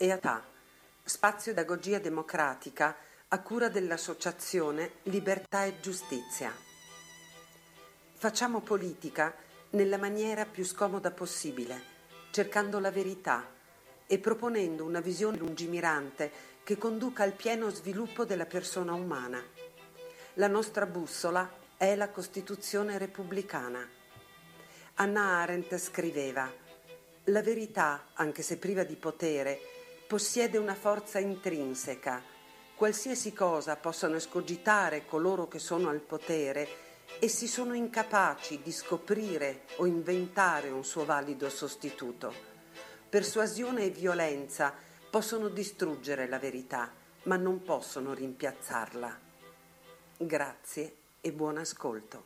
e Atà, spazio pedagogia democratica a cura dell'associazione Libertà e Giustizia. Facciamo politica nella maniera più scomoda possibile, cercando la verità e proponendo una visione lungimirante che conduca al pieno sviluppo della persona umana. La nostra bussola è la Costituzione repubblicana. Hannah Arendt scriveva: «La verità, anche se priva di potere, possiede una forza intrinseca. Qualsiasi cosa possano escogitare coloro che sono al potere, essi sono incapaci di scoprire o inventare un suo valido sostituto. Persuasione e violenza possono distruggere la verità, ma non possono rimpiazzarla». Grazie e buon ascolto.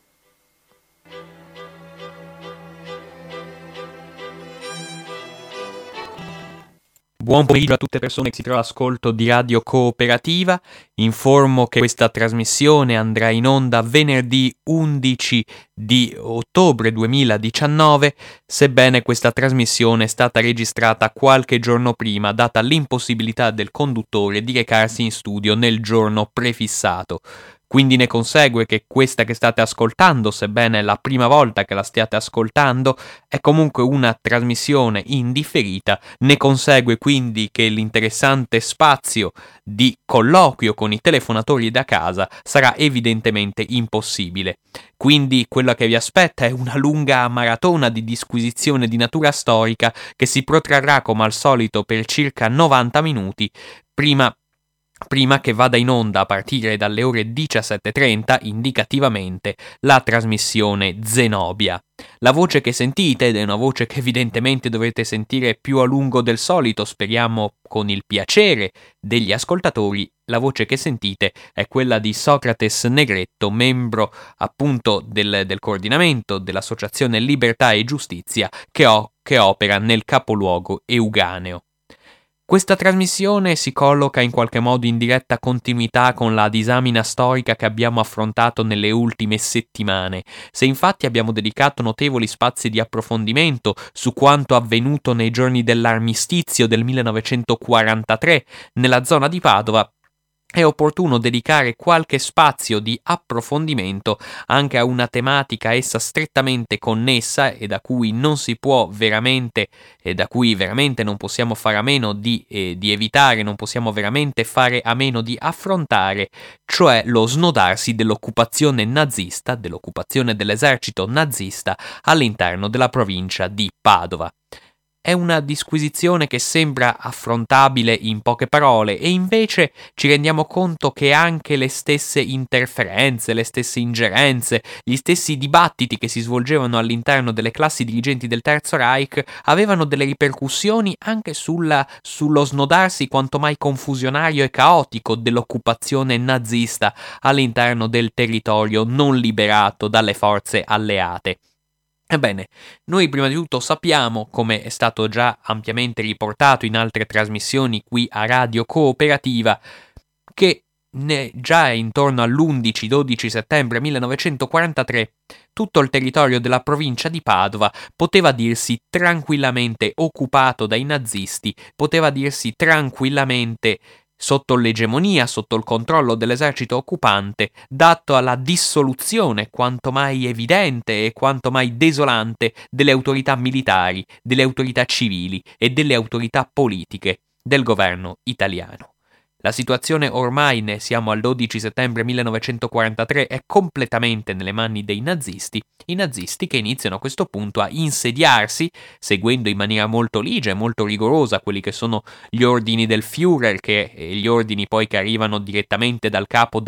Buon pomeriggio a tutte le persone che si trovano all'ascolto di Radio Cooperativa. Informo che questa trasmissione andrà in onda venerdì 11 di ottobre 2019, sebbene questa trasmissione è stata registrata qualche giorno prima, data l'impossibilità del conduttore di recarsi in studio nel giorno prefissato. Quindi ne consegue che questa che state ascoltando, sebbene è la prima volta che la stiate ascoltando, è comunque una trasmissione indifferita. Ne consegue quindi che l'interessante spazio di colloquio con i telefonatori da casa sarà evidentemente impossibile. Quindi quella che vi aspetta è una lunga maratona di disquisizione di natura storica che si protrarrà come al solito per circa 90 minuti, prima che vada in onda a partire dalle ore 17:30 indicativamente la trasmissione Zenobia. La voce che sentite, ed è una voce che evidentemente dovrete sentire più a lungo del solito, speriamo con il piacere degli ascoltatori, la voce che sentite è quella di Socrates Negretto, membro appunto del coordinamento dell'associazione Libertà e Giustizia che opera nel capoluogo euganeo. Questa trasmissione si colloca in qualche modo in diretta continuità con la disamina storica che abbiamo affrontato nelle ultime settimane. Se infatti abbiamo dedicato notevoli spazi di approfondimento su quanto avvenuto nei giorni dell'armistizio del 1943 nella zona di Padova, è opportuno dedicare qualche spazio di approfondimento anche a una tematica essa strettamente connessa e da cui non si può veramente e da cui veramente non possiamo fare a meno di evitare, non possiamo veramente fare a meno di affrontare, cioè lo snodarsi dell'occupazione nazista, dell'occupazione dell'esercito nazista all'interno della provincia di Padova. È una disquisizione che sembra affrontabile in poche parole e invece ci rendiamo conto che anche le stesse interferenze, le stesse ingerenze, gli stessi dibattiti che si svolgevano all'interno delle classi dirigenti del Terzo Reich avevano delle ripercussioni anche sullo snodarsi quanto mai confusionario e caotico dell'occupazione nazista all'interno del territorio non liberato dalle forze alleate. Ebbene, noi prima di tutto sappiamo, come è stato già ampiamente riportato in altre trasmissioni qui a Radio Cooperativa, che già intorno all'11-12 settembre 1943 tutto il territorio della provincia di Padova poteva dirsi tranquillamente occupato dai nazisti, poteva dirsi tranquillamente sotto l'egemonia, sotto il controllo dell'esercito occupante, dato alla dissoluzione quanto mai evidente e quanto mai desolante delle autorità militari, delle autorità civili e delle autorità politiche del governo italiano. La situazione ormai, ne siamo al 12 settembre 1943, è completamente nelle mani dei nazisti, i nazisti che iniziano a questo punto a insediarsi, seguendo in maniera molto ligia e molto rigorosa quelli che sono gli ordini del Führer, gli ordini poi che arrivano direttamente dal capo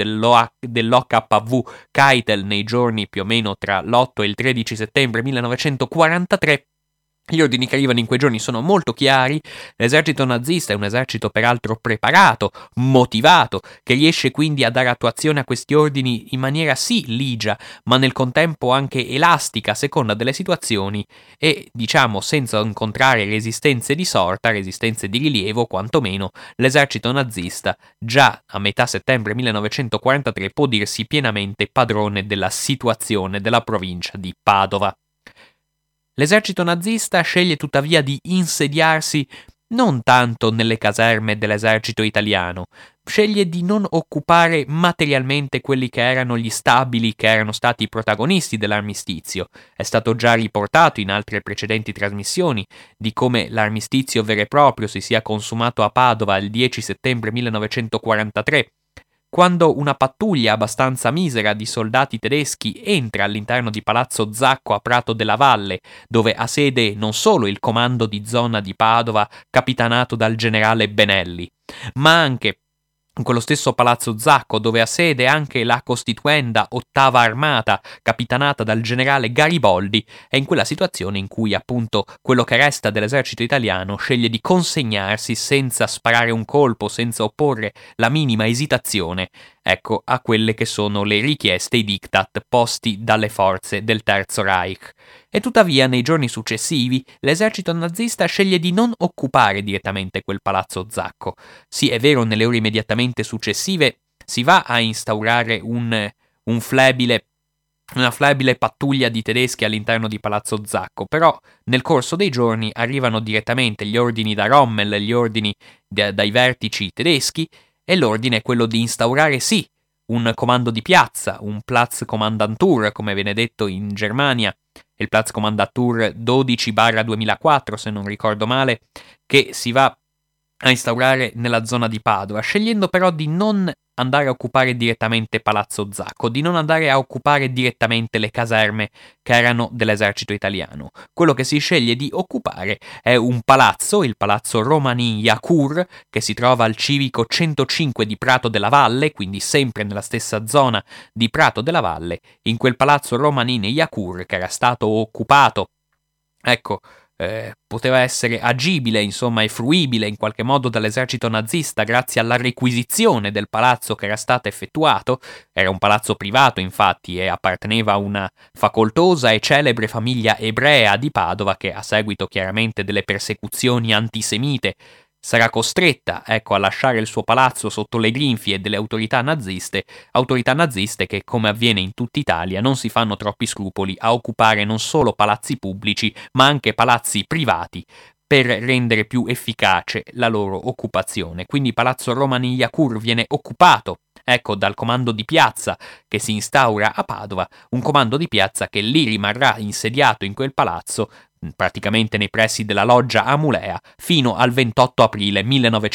dell'OKW Keitel nei giorni più o meno tra l'8 e il 13 settembre 1943. Gli ordini che arrivano in quei giorni sono molto chiari. L'esercito nazista è un esercito peraltro preparato, motivato, che riesce quindi a dare attuazione a questi ordini in maniera sì ligia, ma nel contempo anche elastica a seconda delle situazioni e, diciamo, senza incontrare resistenze di sorta, resistenze di rilievo quantomeno, l'esercito nazista già a metà settembre 1943 può dirsi pienamente padrone della situazione della provincia di Padova. L'esercito nazista sceglie tuttavia di insediarsi non tanto nelle caserme dell'esercito italiano, sceglie di non occupare materialmente quelli che erano gli stabili che erano stati i protagonisti dell'armistizio. È stato già riportato in altre precedenti trasmissioni di come l'armistizio vero e proprio si sia consumato a Padova il 10 settembre 1943, quando una pattuglia abbastanza misera di soldati tedeschi entra all'interno di Palazzo Zacco a Prato della Valle, dove ha sede non solo il comando di zona di Padova, capitanato dal generale Benelli, ma anche in quello stesso Palazzo Zacco, dove ha sede anche la costituenda ottava armata, capitanata dal generale Gariboldi, è in quella situazione in cui appunto quello che resta dell'esercito italiano sceglie di consegnarsi senza sparare un colpo, senza opporre la minima esitazione, ecco, a quelle che sono le richieste, i diktat posti dalle forze del Terzo Reich. E tuttavia nei giorni successivi l'esercito nazista sceglie di non occupare direttamente quel Palazzo Zacco. Sì, è vero, nelle ore immediatamente successive si va a instaurare una flebile pattuglia di tedeschi all'interno di Palazzo Zacco, però nel corso dei giorni arrivano direttamente gli ordini da Rommel, gli ordini dai vertici tedeschi, e l'ordine è quello di instaurare sì un comando di piazza, un Platzkommandantur, come viene detto in Germania, il Platzkommandantur 12/2004, se non ricordo male, che si va a instaurare nella zona di Padova, scegliendo però di non andare a occupare direttamente Palazzo Zacco, di non andare a occupare direttamente le caserme che erano dell'esercito italiano. Quello che si sceglie di occupare è un palazzo, il palazzo Romanin-Yakur, che si trova al civico 105 di Prato della Valle, quindi sempre nella stessa zona di Prato della Valle. In quel palazzo Romanin-Yakur, che era stato occupato, ecco, poteva essere agibile, insomma, e fruibile in qualche modo dall'esercito nazista grazie alla requisizione del palazzo che era stato effettuato. Era un palazzo privato, infatti, e apparteneva a una facoltosa e celebre famiglia ebrea di Padova che, a seguito chiaramente delle persecuzioni antisemite, sarà costretta, ecco, a lasciare il suo palazzo sotto le grinfie delle autorità naziste che, come avviene in tutta Italia, non si fanno troppi scrupoli a occupare non solo palazzi pubblici, ma anche palazzi privati, per rendere più efficace la loro occupazione. Quindi Palazzo Romanin-Yakur viene occupato, ecco, dal comando di piazza che si instaura a Padova, un comando di piazza che lì rimarrà insediato in quel palazzo, praticamente nei pressi della loggia Amulea, fino al 28 aprile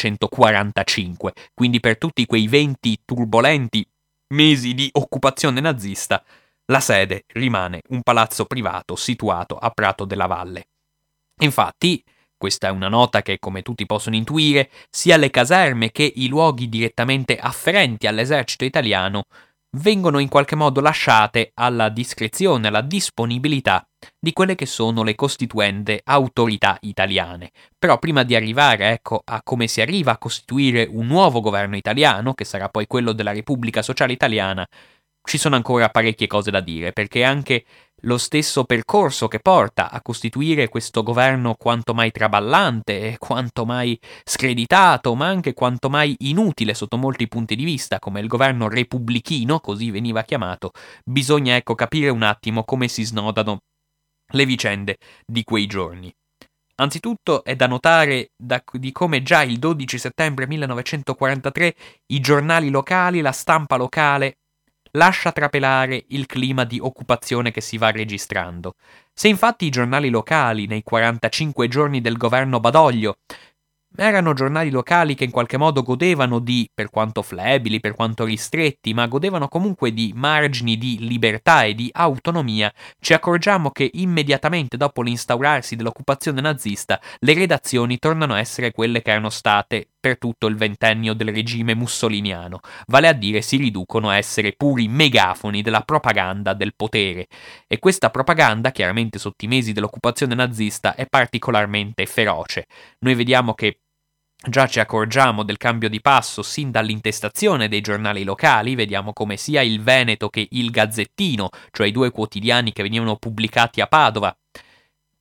1945, quindi per tutti quei 20 turbolenti mesi di occupazione nazista, la sede rimane un palazzo privato situato a Prato della Valle. Infatti, questa è una nota che, come tutti possono intuire, sia le caserme che i luoghi direttamente afferenti all'esercito italiano vengono in qualche modo lasciate alla discrezione, alla disponibilità di quelle che sono le costituende autorità italiane. Però prima di arrivare, ecco, a come si arriva a costituire un nuovo governo italiano, che sarà poi quello della Repubblica Sociale Italiana, ci sono ancora parecchie cose da dire, perché anche lo stesso percorso che porta a costituire questo governo quanto mai traballante e quanto mai screditato, ma anche quanto mai inutile sotto molti punti di vista, come il governo repubblichino, così veniva chiamato, bisogna ecco capire un attimo come si snodano le vicende di quei giorni. Anzitutto è da notare di come già il 12 settembre 1943 i giornali locali, la stampa locale, lascia trapelare il clima di occupazione che si va registrando. Se infatti i giornali locali, nei 45 giorni del governo Badoglio, erano giornali locali che in qualche modo godevano di, per quanto flebili, per quanto ristretti, ma godevano comunque di margini di libertà e di autonomia, ci accorgiamo che immediatamente dopo l'instaurarsi dell'occupazione nazista le redazioni tornano a essere quelle che erano state per tutto il ventennio del regime mussoliniano, vale a dire si riducono a essere puri megafoni della propaganda del potere. E questa propaganda, chiaramente sotto i mesi dell'occupazione nazista, è particolarmente feroce. Noi vediamo che già ci accorgiamo del cambio di passo sin dall'intestazione dei giornali locali, vediamo come sia il Veneto che il Gazzettino, cioè i due quotidiani che venivano pubblicati a Padova,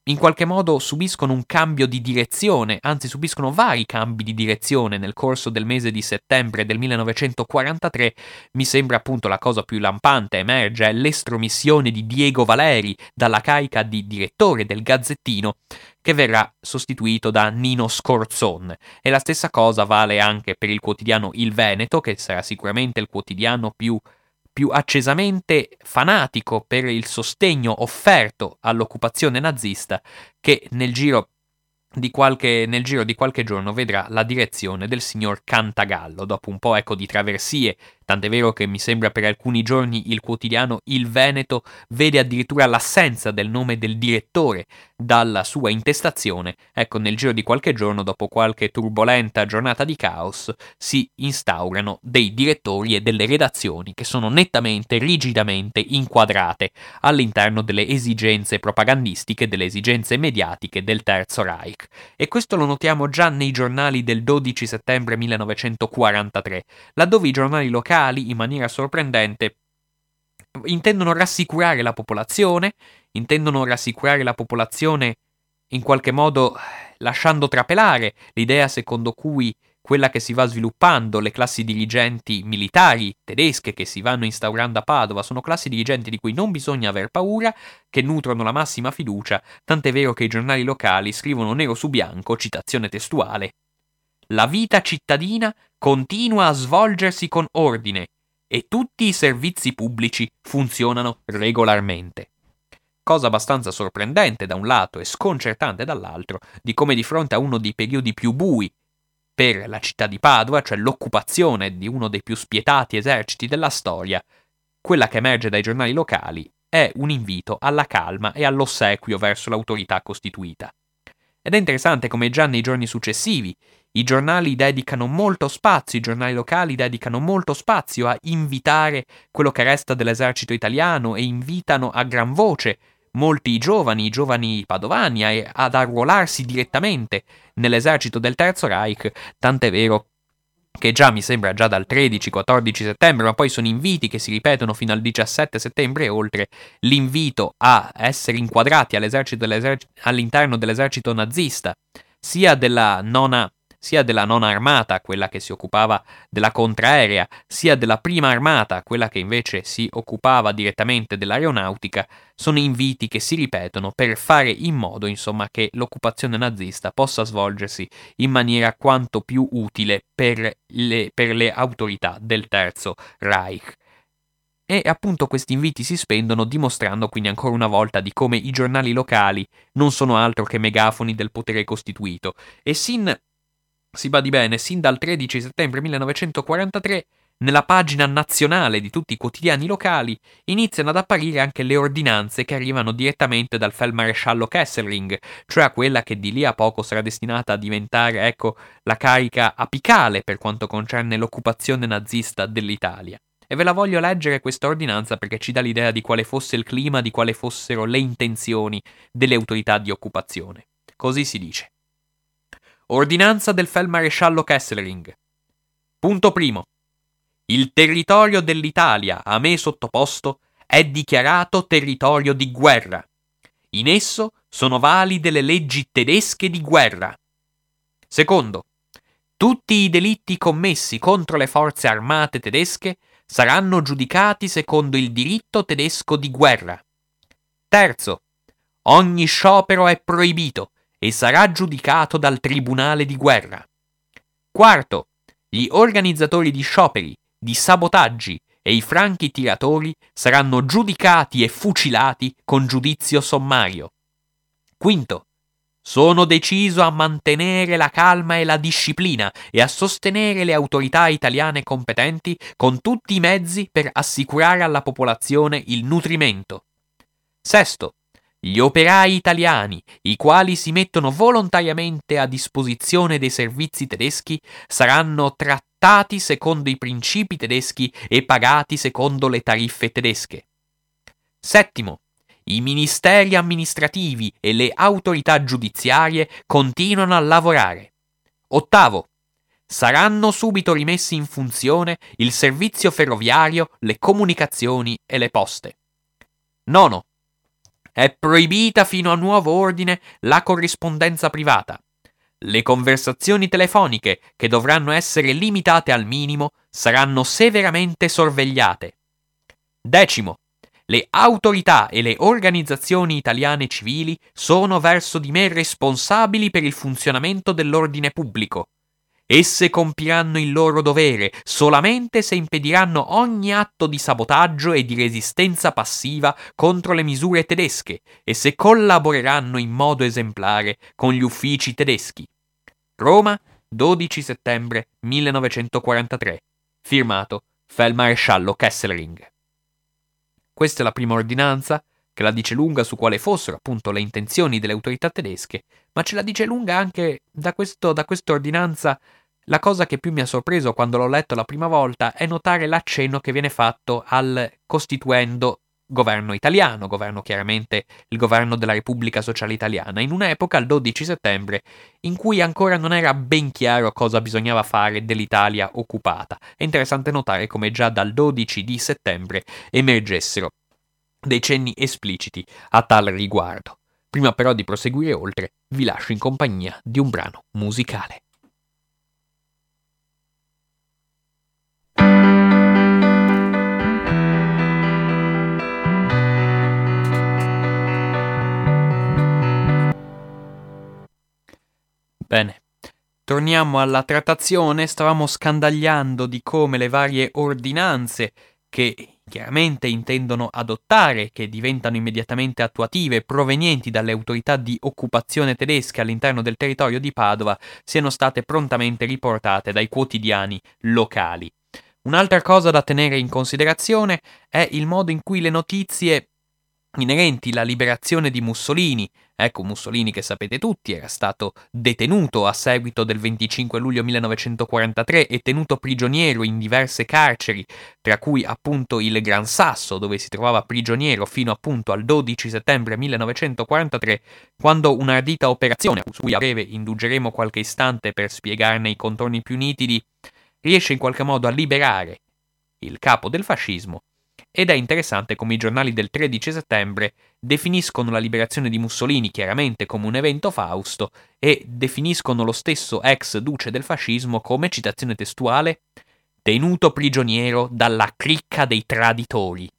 in qualche modo subiscono un cambio di direzione, anzi subiscono vari cambi di direzione nel corso del mese di settembre del 1943, mi sembra appunto la cosa più lampante emerge è l'estromissione di Diego Valeri dalla carica di direttore del Gazzettino, che verrà sostituito da Nino Scorzon. E la stessa cosa vale anche per il quotidiano Il Veneto, che sarà sicuramente il quotidiano più accesamente fanatico per il sostegno offerto all'occupazione nazista, che nel giro di qualche giorno vedrà la direzione del signor Cantagallo, dopo un po' di traversie, tant'è vero che mi sembra per alcuni giorni il quotidiano Il Veneto vede addirittura l'assenza del nome del direttore dalla sua intestazione. Nel giro di qualche giorno, dopo qualche turbolenta giornata di caos, si instaurano dei direttori e delle redazioni che sono nettamente, rigidamente inquadrate all'interno delle esigenze propagandistiche, delle esigenze mediatiche del Terzo Reich. E questo lo notiamo già nei giornali del 12 settembre 1943, laddove i giornali locali, in maniera sorprendente, intendono rassicurare la popolazione in qualche modo lasciando trapelare l'idea secondo cui quella che si va sviluppando, le classi dirigenti militari tedesche che si vanno instaurando a Padova, sono classi dirigenti di cui non bisogna aver paura, che nutrono la massima fiducia, tant'è vero che i giornali locali scrivono nero su bianco, citazione testuale: «La vita cittadina continua a svolgersi con ordine e tutti i servizi pubblici funzionano regolarmente». Cosa abbastanza sorprendente da un lato e sconcertante dall'altro, di come di fronte a uno dei periodi più bui per la città di Padova, cioè l'occupazione di uno dei più spietati eserciti della storia, quella che emerge dai giornali locali è un invito alla calma e all'ossequio verso l'autorità costituita. Ed è interessante come già nei giorni successivi i giornali locali dedicano molto spazio a invitare quello che resta dell'esercito italiano e invitano a gran voce molti giovani padovani ad arruolarsi direttamente nell'esercito del Terzo Reich, tant'è vero che già mi sembra già dal 13-14 settembre, ma poi sono inviti che si ripetono fino al 17 settembre e oltre, l'invito a essere inquadrati all'interno dell'esercito nazista, sia della nona armata, quella che si occupava della contraerea, sia della prima armata, quella che invece si occupava direttamente dell'aeronautica. Sono inviti che si ripetono per fare in modo, insomma, che l'occupazione nazista possa svolgersi in maniera quanto più utile per le autorità del Terzo Reich. E appunto questi inviti si spendono, dimostrando quindi ancora una volta di come i giornali locali non sono altro che megafoni del potere costituito. E si badi bene, sin dal 13 settembre 1943, nella pagina nazionale di tutti i quotidiani locali, iniziano ad apparire anche le ordinanze che arrivano direttamente dal feldmaresciallo Kesselring, cioè a quella che di lì a poco sarà destinata a diventare, la carica apicale per quanto concerne l'occupazione nazista dell'Italia. E ve la voglio leggere questa ordinanza perché ci dà l'idea di quale fosse il clima, di quale fossero le intenzioni delle autorità di occupazione. Così si dice. Ordinanza del feldmaresciallo Kesselring. Punto primo. Il territorio dell'Italia a me sottoposto è dichiarato territorio di guerra. In esso sono valide le leggi tedesche di guerra. Secondo. Tutti i delitti commessi contro le forze armate tedesche saranno giudicati secondo il diritto tedesco di guerra. Terzo. Ogni sciopero è proibito e sarà giudicato dal tribunale di guerra. Quarto, gli organizzatori di scioperi, di sabotaggi e i franchi tiratori saranno giudicati e fucilati con giudizio sommario. Quinto, sono deciso a mantenere la calma e la disciplina e a sostenere le autorità italiane competenti con tutti i mezzi per assicurare alla popolazione il nutrimento. Sesto, gli operai italiani, i quali si mettono volontariamente a disposizione dei servizi tedeschi, saranno trattati secondo i principi tedeschi e pagati secondo le tariffe tedesche. Settimo, i ministeri amministrativi e le autorità giudiziarie continuano a lavorare. Ottavo, saranno subito rimessi in funzione il servizio ferroviario, le comunicazioni e le poste. Nono, È proibita fino a nuovo ordine la corrispondenza privata. Le conversazioni telefoniche, che dovranno essere limitate al minimo, saranno severamente sorvegliate. 10. Le autorità e le organizzazioni italiane civili sono verso di me responsabili per il funzionamento dell'ordine pubblico. Esse compiranno il loro dovere solamente se impediranno ogni atto di sabotaggio e di resistenza passiva contro le misure tedesche e se collaboreranno in modo esemplare con gli uffici tedeschi. Roma, 12 settembre 1943. Firmato Feldmaresciallo Kesselring. Questa è la prima ordinanza, che la dice lunga su quali fossero appunto le intenzioni delle autorità tedesche, ma ce la dice lunga anche da questa ordinanza. La cosa che più mi ha sorpreso quando l'ho letto la prima volta è notare l'accenno che viene fatto al costituendo governo italiano, governo chiaramente il governo della Repubblica Sociale Italiana, in un'epoca, il 12 settembre, in cui ancora non era ben chiaro cosa bisognava fare dell'Italia occupata. È interessante notare come già dal 12 di settembre emergessero dei cenni espliciti a tal riguardo. Prima però di proseguire oltre, vi lascio in compagnia di un brano musicale. Bene, torniamo alla trattazione. Stavamo scandagliando di come le varie ordinanze che chiaramente intendono adottare, che diventano immediatamente attuative, provenienti dalle autorità di occupazione tedesche all'interno del territorio di Padova, siano state prontamente riportate dai quotidiani locali. Un'altra cosa da tenere in considerazione è il modo in cui le notizie inerenti alla liberazione di Mussolini. Ecco, Mussolini, che sapete tutti, era stato detenuto a seguito del 25 luglio 1943 e tenuto prigioniero in diverse carceri, tra cui appunto il Gran Sasso, dove si trovava prigioniero fino appunto al 12 settembre 1943, quando un'ardita operazione, su cui a breve indugeremo qualche istante per spiegarne i contorni più nitidi, riesce in qualche modo a liberare il capo del fascismo. Ed è interessante come i giornali del 13 settembre definiscono la liberazione di Mussolini chiaramente come un evento fausto e definiscono lo stesso ex duce del fascismo come, citazione testuale, tenuto prigioniero dalla cricca dei traditori.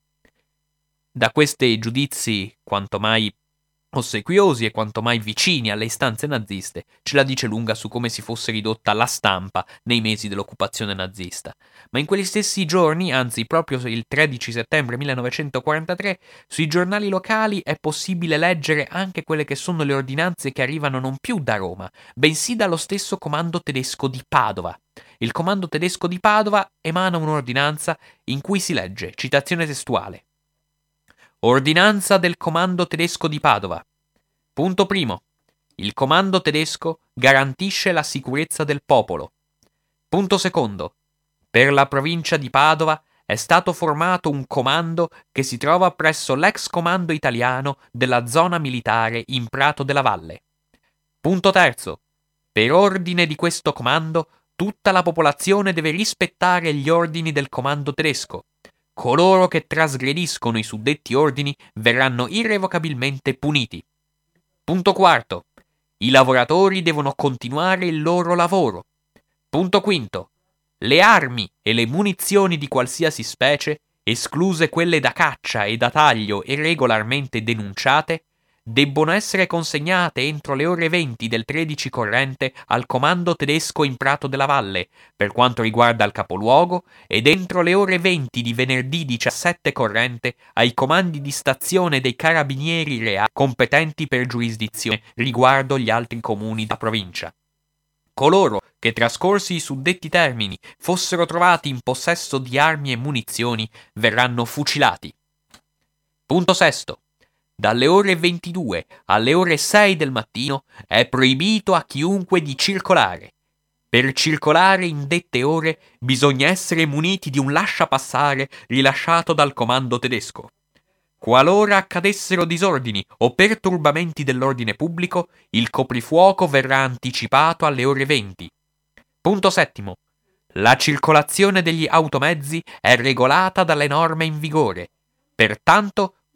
Da questi giudizi quanto mai ossequiosi e quanto mai vicini alle istanze naziste, ce la dice lunga su come si fosse ridotta la stampa nei mesi dell'occupazione nazista. Ma in quegli stessi giorni, anzi proprio il 13 settembre 1943, sui giornali locali è possibile leggere anche quelle che sono le ordinanze che arrivano non più da Roma, bensì dallo stesso comando tedesco di Padova. Il comando tedesco di Padova emana un'ordinanza in cui si legge, citazione testuale: Ordinanza del comando tedesco di Padova. Punto primo. Il comando tedesco garantisce la sicurezza del popolo. Punto secondo. Per la provincia di Padova è stato formato un comando che si trova presso l'ex comando italiano della zona militare in Prato della Valle. Punto terzo. Per ordine di questo comando, tutta la popolazione deve rispettare gli ordini del comando tedesco. Coloro che trasgrediscono i suddetti ordini verranno irrevocabilmente puniti. Punto quarto. I lavoratori devono continuare il loro lavoro. Punto quinto. Le armi e le munizioni di qualsiasi specie, escluse quelle da caccia e da taglio e regolarmente denunciate, debbono essere consegnate entro le ore 20 del 13 corrente al comando tedesco in Prato della Valle, per quanto riguarda il capoluogo, ed entro le ore 20 di venerdì 17 corrente ai comandi di stazione dei carabinieri reali competenti per giurisdizione riguardo gli altri comuni da provincia. Coloro che, trascorsi i suddetti termini, fossero trovati in possesso di armi e munizioni verranno fucilati. Punto sesto. Dalle ore 22 alle ore 6 del mattino è proibito a chiunque di circolare. Per circolare in dette ore bisogna essere muniti di un lasciapassare rilasciato dal comando tedesco. Qualora accadessero disordini o perturbamenti dell'ordine pubblico, il coprifuoco verrà anticipato alle ore 20. Punto settimo. La circolazione degli automezzi è regolata dalle norme in vigore. Pertanto,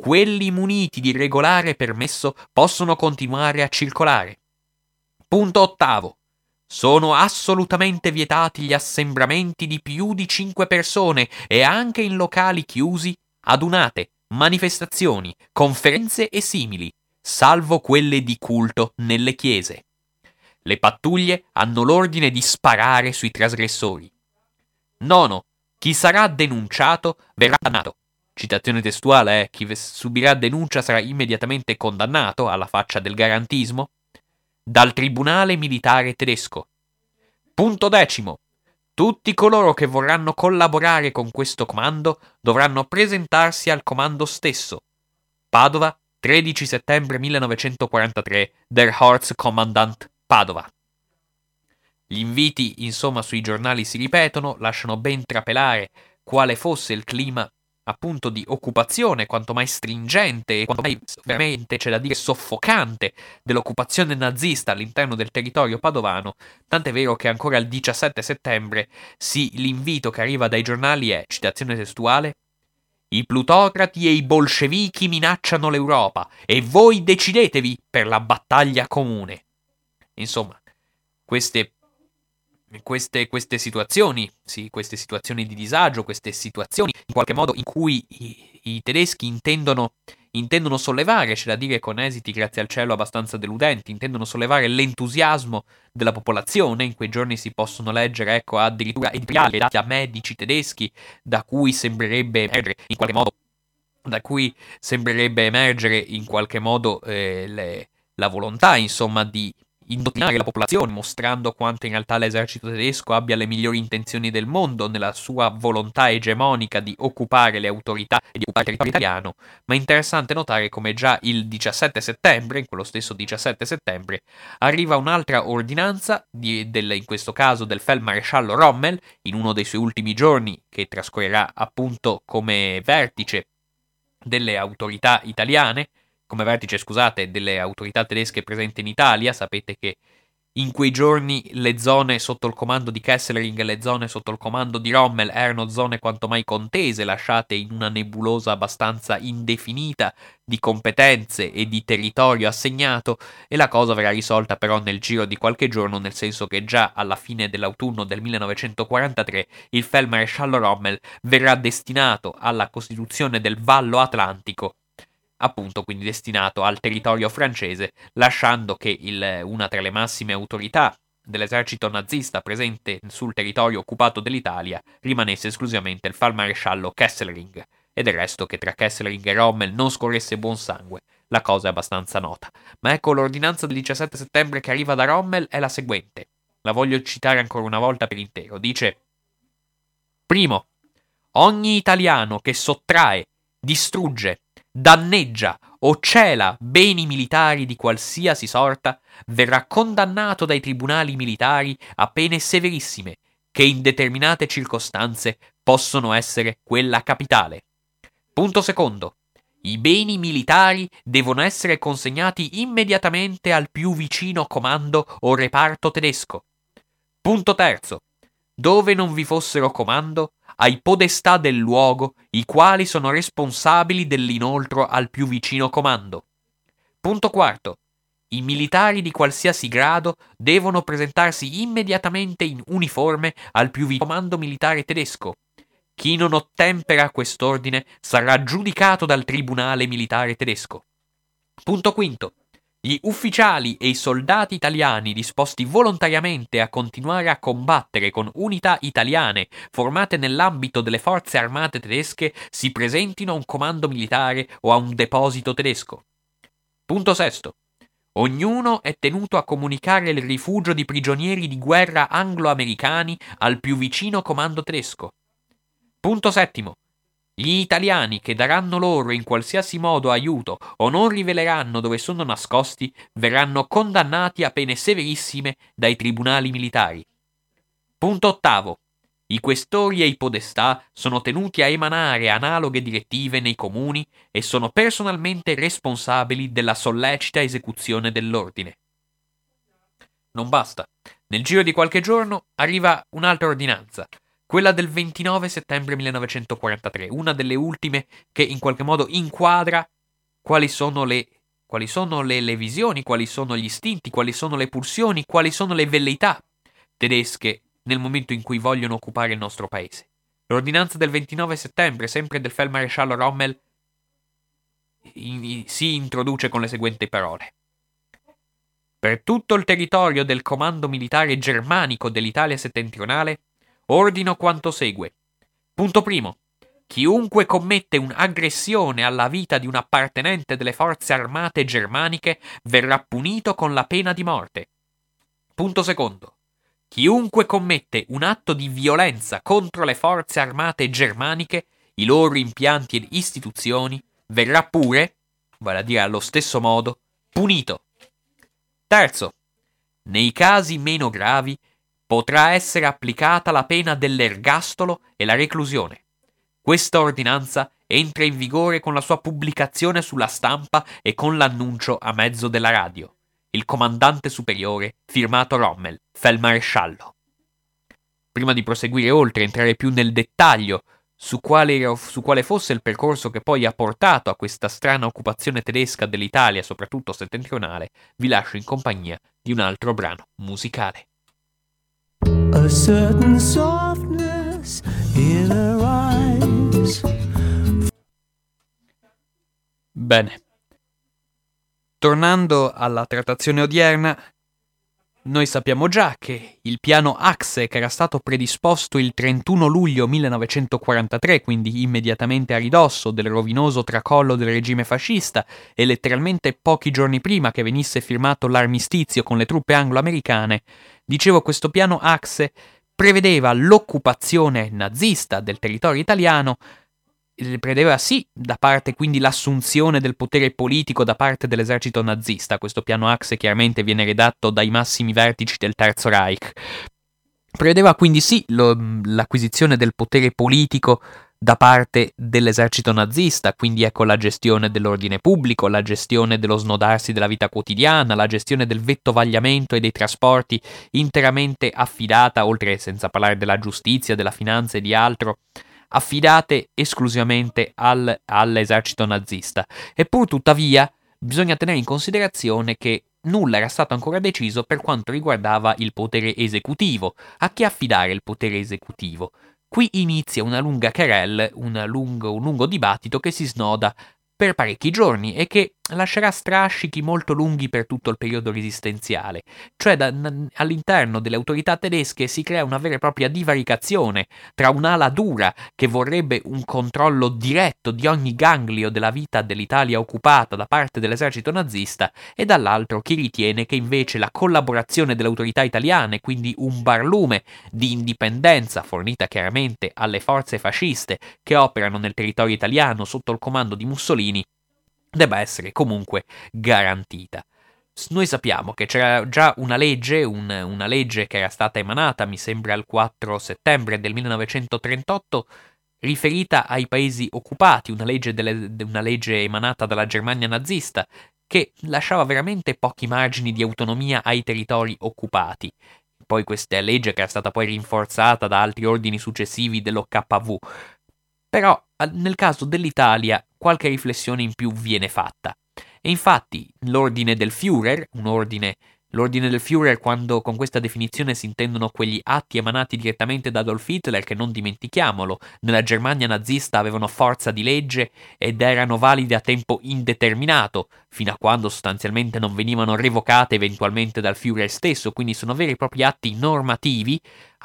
quelli muniti di regolare permesso possono continuare a circolare. Punto 8. Sono assolutamente vietati gli assembramenti di più di 5 persone e anche in locali chiusi, adunate, manifestazioni, conferenze e simili, salvo quelle di culto nelle chiese. Le pattuglie hanno l'ordine di sparare sui trasgressori. 9. Chi sarà denunciato verrà condannato. Citazione testuale è: chi subirà denuncia sarà immediatamente condannato, alla faccia del garantismo, dal tribunale militare tedesco. Punto 10. Tutti coloro che vorranno collaborare con questo comando dovranno presentarsi al comando stesso. Padova, 13 settembre 1943, Der Ortskommandant, Padova. Gli inviti, insomma, sui giornali si ripetono, lasciano ben trapelare quale fosse il clima appunto di occupazione quanto mai stringente e quanto mai veramente c'è da dire soffocante dell'occupazione nazista all'interno del territorio padovano, tant'è vero che ancora il 17 settembre l'invito che arriva dai giornali è, citazione testuale: i plutocrati e i bolscevichi minacciano l'Europa e voi decidetevi per la battaglia comune. Insomma, queste situazioni, sì, queste situazioni di disagio, queste situazioni in qualche modo in cui i tedeschi intendono sollevare, c'è da dire con esiti grazie al cielo abbastanza deludenti, intendono sollevare l'entusiasmo della popolazione. In quei giorni si possono leggere, ecco, addirittura editoriali dati a medici tedeschi da cui sembrerebbe emergere in qualche modo la volontà, insomma, di indottrinare la popolazione, mostrando quanto in realtà l'esercito tedesco abbia le migliori intenzioni del mondo nella sua volontà egemonica di occupare le autorità e di occupare il territorio italiano. Ma è interessante notare come già il 17 settembre, in quello stesso 17 settembre, arriva un'altra ordinanza, in questo caso del feldmaresciallo Rommel, in uno dei suoi ultimi giorni, che trascorrerà appunto come vertice delle autorità italiane, delle autorità tedesche presenti in Italia. Sapete che in quei giorni le zone sotto il comando di Kesselring e le zone sotto il comando di Rommel erano zone quanto mai contese, lasciate in una nebulosa abbastanza indefinita di competenze e di territorio assegnato, e la cosa verrà risolta però nel giro di qualche giorno, nel senso che già alla fine dell'autunno del 1943 il feldmaresciallo Rommel verrà destinato alla costituzione del Vallo Atlantico, appunto quindi destinato al territorio francese, lasciando che una tra le massime autorità dell'esercito nazista presente sul territorio occupato dell'Italia rimanesse esclusivamente il feldmaresciallo Kesselring, e del resto che tra Kesselring e Rommel non scorresse buon sangue, la cosa è abbastanza nota. Ma ecco, l'ordinanza del 17 settembre che arriva da Rommel è la seguente, la voglio citare ancora una volta per intero. Dice: primo, ogni italiano che sottrae, distrugge, danneggia o cela beni militari di qualsiasi sorta verrà condannato dai tribunali militari a pene severissime, che in determinate circostanze possono essere quella capitale. Punto secondo. I beni militari devono essere consegnati immediatamente al più vicino comando o reparto tedesco. Punto terzo. Dove non vi fossero comando, ai podestà del luogo, i quali sono responsabili dell'inoltro al più vicino comando. Punto quarto. I militari di qualsiasi grado devono presentarsi immediatamente in uniforme al più vicino comando militare tedesco. Chi non ottempera a quest'ordine sarà giudicato dal tribunale militare tedesco. Punto quinto. Gli ufficiali e i soldati italiani disposti volontariamente a continuare a combattere con unità italiane formate nell'ambito delle forze armate tedesche si presentino a un comando militare o a un deposito tedesco. Punto sesto. Ognuno è tenuto a comunicare il rifugio di prigionieri di guerra anglo-americani al più vicino comando tedesco. Punto settimo. Gli italiani che daranno loro in qualsiasi modo aiuto o non riveleranno dove sono nascosti verranno condannati a pene severissime dai tribunali militari. Punto ottavo. I questori e i podestà sono tenuti a emanare analoghe direttive nei comuni e sono personalmente responsabili della sollecita esecuzione dell'ordine. Non basta. Nel giro di qualche giorno arriva un'altra ordinanza, quella del 29 settembre 1943, una delle ultime che in qualche modo inquadra quali sono le visioni, quali sono gli istinti, quali sono le pulsioni, quali sono le velleità tedesche nel momento in cui vogliono occupare il nostro paese. L'ordinanza del 29 settembre, sempre del feldmaresciallo Rommel, si introduce con le seguenti parole. Per tutto il territorio del comando militare germanico dell'Italia settentrionale, ordino quanto segue. Punto primo. Chiunque commette un'aggressione alla vita di un appartenente delle forze armate germaniche verrà punito con la pena di morte. Punto secondo. Chiunque commette un atto di violenza contro le forze armate germaniche, i loro impianti ed istituzioni, verrà pure, vale a dire allo stesso modo, punito. Terzo. Nei casi meno gravi potrà essere applicata la pena dell'ergastolo e la reclusione. Questa ordinanza entra in vigore con la sua pubblicazione sulla stampa e con l'annuncio a mezzo della radio. Il comandante superiore, firmato Rommel, feldmaresciallo. Prima di proseguire oltre, entrare più nel dettaglio su quale fosse il percorso che poi ha portato a questa strana occupazione tedesca dell'Italia, soprattutto settentrionale, vi lascio in compagnia di un altro brano musicale. A certain softness in her eyes. Bene. Tornando alla trattazione odierna, noi sappiamo già che il piano Axe, che era stato predisposto il 31 luglio 1943, quindi immediatamente a ridosso del rovinoso tracollo del regime fascista e letteralmente pochi giorni prima che venisse firmato l'armistizio con le truppe anglo-americane, dicevo, questo piano Axe prevedeva l'occupazione nazista del territorio italiano, prevedeva sì, da parte quindi l'assunzione del potere politico da parte dell'esercito nazista. Questo piano Axe chiaramente viene redatto dai massimi vertici del Terzo Reich. Prevedeva quindi sì l'acquisizione del potere politico da parte dell'esercito nazista, quindi ecco la gestione dell'ordine pubblico, la gestione dello snodarsi della vita quotidiana, la gestione del vettovagliamento e dei trasporti interamente affidata, oltre senza parlare della giustizia, della finanza e di altro, affidate esclusivamente all'esercito nazista. Eppur tuttavia bisogna tenere in considerazione che nulla era stato ancora deciso per quanto riguardava il potere esecutivo. A chi affidare il potere esecutivo? Qui inizia una lunga querelle, un lungo dibattito che si snoda per parecchi giorni e che lascerà strascichi molto lunghi per tutto il periodo resistenziale. Cioè all'interno delle autorità tedesche si crea una vera e propria divaricazione tra un'ala dura che vorrebbe un controllo diretto di ogni ganglio della vita dell'Italia occupata da parte dell'esercito nazista e dall'altro chi ritiene che invece la collaborazione delle autorità italiane, quindi un barlume di indipendenza fornita chiaramente alle forze fasciste che operano nel territorio italiano sotto il comando di Mussolini, debba essere comunque garantita. Noi sappiamo che c'era già una legge che era stata emanata, mi sembra il 4 settembre del 1938, riferita ai paesi occupati, una legge emanata dalla Germania nazista, che lasciava veramente pochi margini di autonomia ai territori occupati. Poi questa legge che era stata poi rinforzata da altri ordini successivi dell'OKV. Però nel caso dell'Italia qualche riflessione in più viene fatta. E infatti l'ordine del Führer, l'ordine del Führer, quando con questa definizione si intendono quegli atti emanati direttamente da Adolf Hitler che, non dimentichiamolo, nella Germania nazista avevano forza di legge ed erano validi a tempo indeterminato, fino a quando sostanzialmente non venivano revocate eventualmente dal Führer stesso, quindi sono veri e propri atti normativi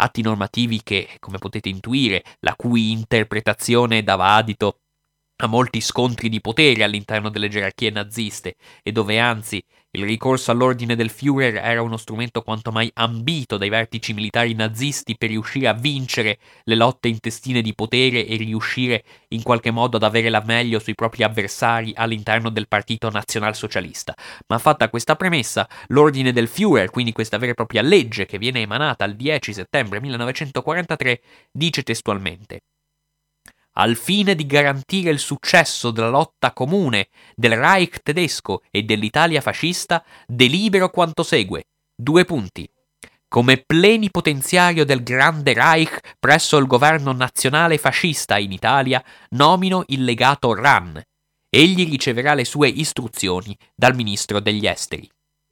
che, come potete intuire, la cui interpretazione dava adito a molti scontri di potere all'interno delle gerarchie naziste e dove anzi il ricorso all'ordine del Führer era uno strumento quanto mai ambito dai vertici militari nazisti per riuscire a vincere le lotte intestine di potere e riuscire in qualche modo ad avere la meglio sui propri avversari all'interno del partito nazionalsocialista. Ma fatta questa premessa, l'ordine del Führer, quindi questa vera e propria legge che viene emanata il 10 settembre 1943, dice testualmente: al fine di garantire il successo della lotta comune del Reich tedesco e dell'Italia fascista, delibero quanto segue. 2 punti. come plenipotenziario del Grande Reich presso il governo nazionale fascista in Italia, nomino il legato Ran. Egli riceverà le sue istruzioni dal ministro degli esteri.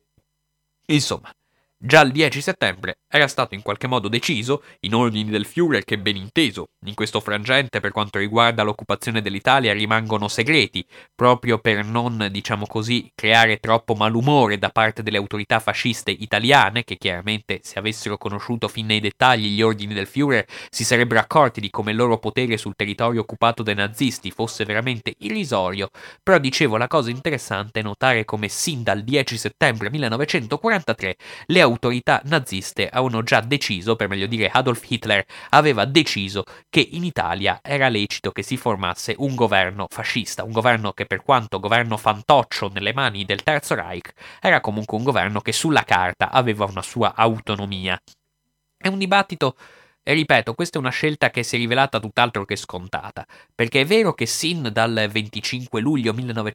Insomma, già il 10 settembre era stato in qualche modo deciso, in ordini del Führer che ben inteso, in questo frangente per quanto riguarda l'occupazione dell'Italia rimangono segreti, proprio per non, diciamo così, creare troppo malumore da parte delle autorità fasciste italiane, che chiaramente se avessero conosciuto fin nei dettagli gli ordini del Führer si sarebbero accorti di come il loro potere sul territorio occupato dai nazisti fosse veramente irrisorio. Però dicevo, la cosa interessante è notare come sin dal 10 settembre 1943 le autorità naziste avevano già deciso, per meglio dire Adolf Hitler aveva deciso che in Italia era lecito che si formasse un governo fascista, un governo che per quanto governo fantoccio nelle mani del Terzo Reich era comunque un governo che sulla carta aveva una sua autonomia. È un dibattito, e ripeto, questa è una scelta che si è rivelata tutt'altro che scontata, perché è vero che sin dal 25 luglio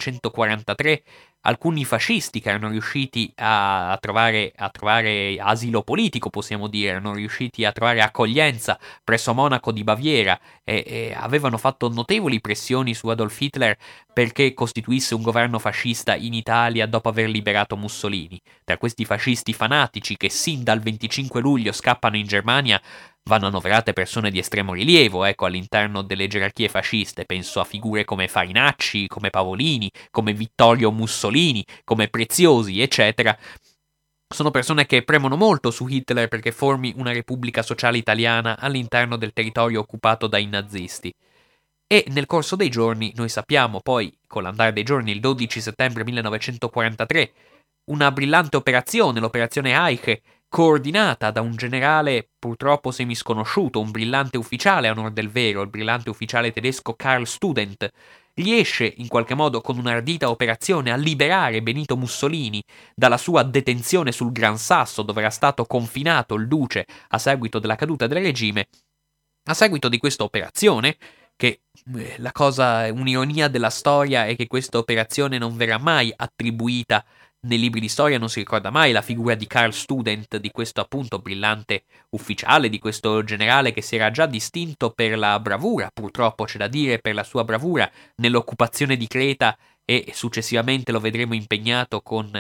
1943 alcuni fascisti che erano riusciti a trovare asilo politico, possiamo dire, erano riusciti a trovare accoglienza presso Monaco di Baviera e avevano fatto notevoli pressioni su Adolf Hitler perché costituisse un governo fascista in Italia dopo aver liberato Mussolini. Tra questi fascisti fanatici che sin dal 25 luglio scappano in Germania vanno annoverate persone di estremo rilievo, all'interno delle gerarchie fasciste. Penso a figure come Farinacci, come Pavolini, come Vittorio Mussolini, come Preziosi, eccetera. Sono persone che premono molto su Hitler perché formi una repubblica sociale italiana all'interno del territorio occupato dai nazisti. E nel corso dei giorni, noi sappiamo poi, con l'andare dei giorni, il 12 settembre 1943, una brillante operazione, l'operazione Eiche, coordinata da un generale purtroppo semisconosciuto, un brillante ufficiale a onor del vero, il brillante ufficiale tedesco Karl Student, riesce in qualche modo con un'ardita operazione a liberare Benito Mussolini dalla sua detenzione sul Gran Sasso, dove era stato confinato il duce a seguito della caduta del regime. A seguito di questa operazione, che un'ironia della storia è che questa operazione non verrà mai attribuita nei libri di storia, non si ricorda mai la figura di Karl Student, di questo appunto brillante ufficiale, di questo generale che si era già distinto per la bravura, purtroppo c'è da dire, per la sua bravura nell'occupazione di Creta e successivamente lo vedremo impegnato con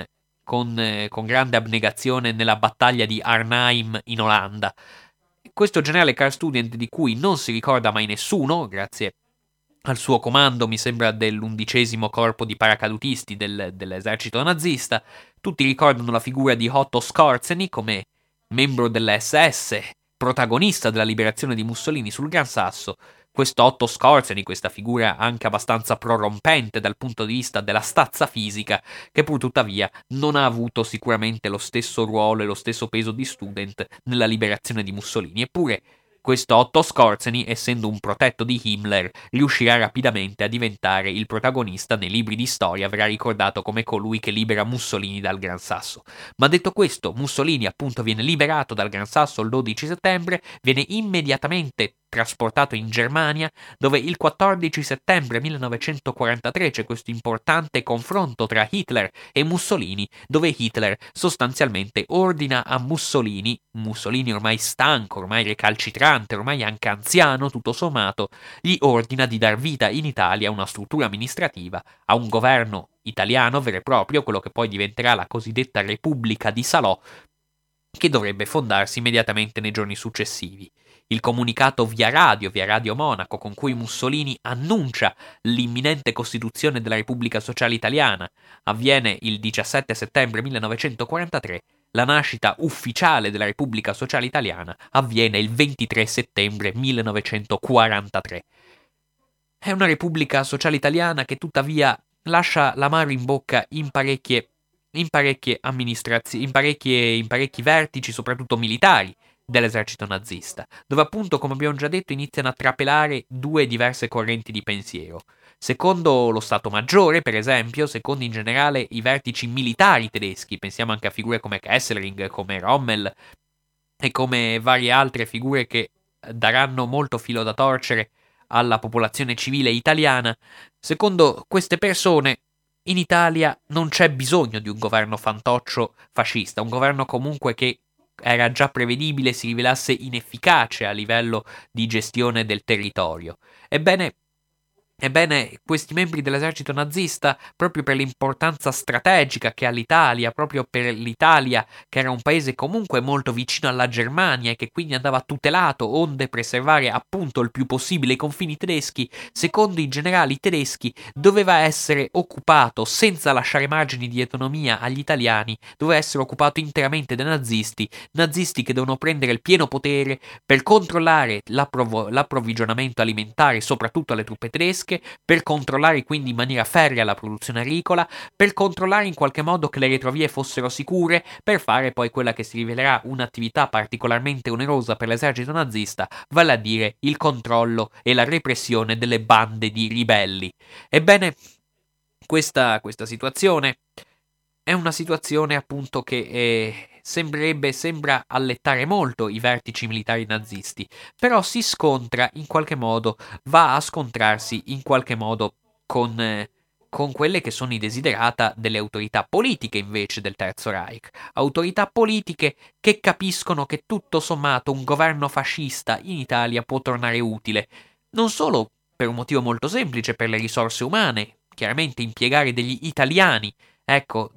grande abnegazione nella battaglia di Arnhem in Olanda. Questo generale Karl Student, di cui non si ricorda mai nessuno, grazie al suo comando, mi sembra, dell'11° corpo di paracadutisti dell'esercito nazista, tutti ricordano la figura di Otto Skorzeny come membro dell'SS, protagonista della liberazione di Mussolini sul Gran Sasso. Questo Otto Skorzeny, questa figura anche abbastanza prorompente dal punto di vista della stazza fisica, che pur tuttavia non ha avuto sicuramente lo stesso ruolo e lo stesso peso di Student nella liberazione di Mussolini. Eppure questo Otto Skorzeny, essendo un protetto di Himmler, riuscirà rapidamente a diventare il protagonista nei libri di storia, verrà ricordato come colui che libera Mussolini dal Gran Sasso. Ma detto questo, Mussolini appunto viene liberato dal Gran Sasso il 12 settembre, viene immediatamente trasportato in Germania, dove il 14 settembre 1943 c'è questo importante confronto tra Hitler e Mussolini, dove Hitler sostanzialmente ordina a Mussolini ormai stanco, ormai recalcitrante, ormai anche anziano tutto sommato, gli ordina di dar vita in Italia a una struttura amministrativa, a un governo italiano vero e proprio, quello che poi diventerà la cosiddetta Repubblica di Salò, che dovrebbe fondarsi immediatamente nei giorni successivi. Il comunicato via Radio Monaco, con cui Mussolini annuncia l'imminente costituzione della Repubblica Sociale Italiana, avviene il 17 settembre 1943, la nascita ufficiale della Repubblica Sociale Italiana avviene il 23 settembre 1943. È una Repubblica Sociale Italiana che tuttavia lascia l'amaro in bocca in parecchie amministrazioni, in parecchi vertici, soprattutto militari, dell'esercito nazista, dove appunto, come abbiamo già detto, iniziano a trapelare due diverse correnti di pensiero. Secondo lo Stato Maggiore, per esempio, secondo in generale i vertici militari tedeschi, pensiamo anche a figure come Kesselring, come Rommel e come varie altre figure che daranno molto filo da torcere alla popolazione civile italiana, secondo queste persone in Italia non c'è bisogno di un governo fantoccio fascista, un governo comunque che era già prevedibile si rivelasse inefficace a livello di gestione del territorio. Ebbene, questi membri dell'esercito nazista, proprio per l'importanza strategica che ha l'Italia, proprio per l'Italia, che era un paese comunque molto vicino alla Germania e che quindi andava tutelato, onde preservare appunto il più possibile i confini tedeschi, secondo i generali tedeschi doveva essere occupato senza lasciare margini di autonomia agli italiani, doveva essere occupato interamente dai nazisti che devono prendere il pieno potere per controllare l'approvvigionamento alimentare, soprattutto alle truppe tedesche, per controllare quindi in maniera ferrea la produzione agricola, per controllare in qualche modo che le retrovie fossero sicure, per fare poi quella che si rivelerà un'attività particolarmente onerosa per l'esercito nazista, vale a dire il controllo e la repressione delle bande di ribelli. Ebbene, questa situazione è una situazione appunto che sembra allettare molto i vertici militari nazisti, però si scontra in qualche modo, va a scontrarsi in qualche modo con quelle che sono i desiderata delle autorità politiche invece del Terzo Reich. Autorità politiche che capiscono che tutto sommato un governo fascista in Italia può tornare utile, non solo per un motivo molto semplice, per le risorse umane, chiaramente impiegare degli italiani ecco,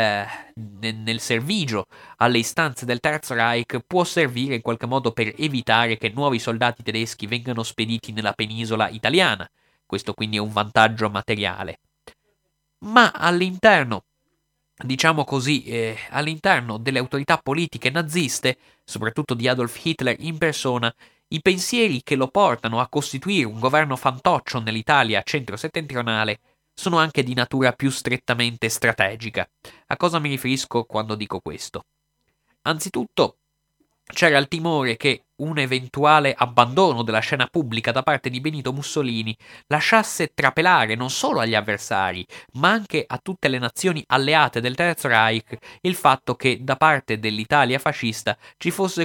nel servigio alle istanze del Terzo Reich può servire in qualche modo per evitare che nuovi soldati tedeschi vengano spediti nella penisola italiana. Questo quindi è un vantaggio materiale. Ma all'interno, diciamo così, all'interno delle autorità politiche naziste, soprattutto di Adolf Hitler in persona, i pensieri che lo portano a costituire un governo fantoccio nell'Italia centro-settentrionale sono anche di natura più strettamente strategica. A cosa mi riferisco quando dico questo? Anzitutto, c'era il timore che un eventuale abbandono della scena pubblica da parte di Benito Mussolini lasciasse trapelare non solo agli avversari, ma anche a tutte le nazioni alleate del Terzo Reich il fatto che da parte dell'Italia fascista ci fosse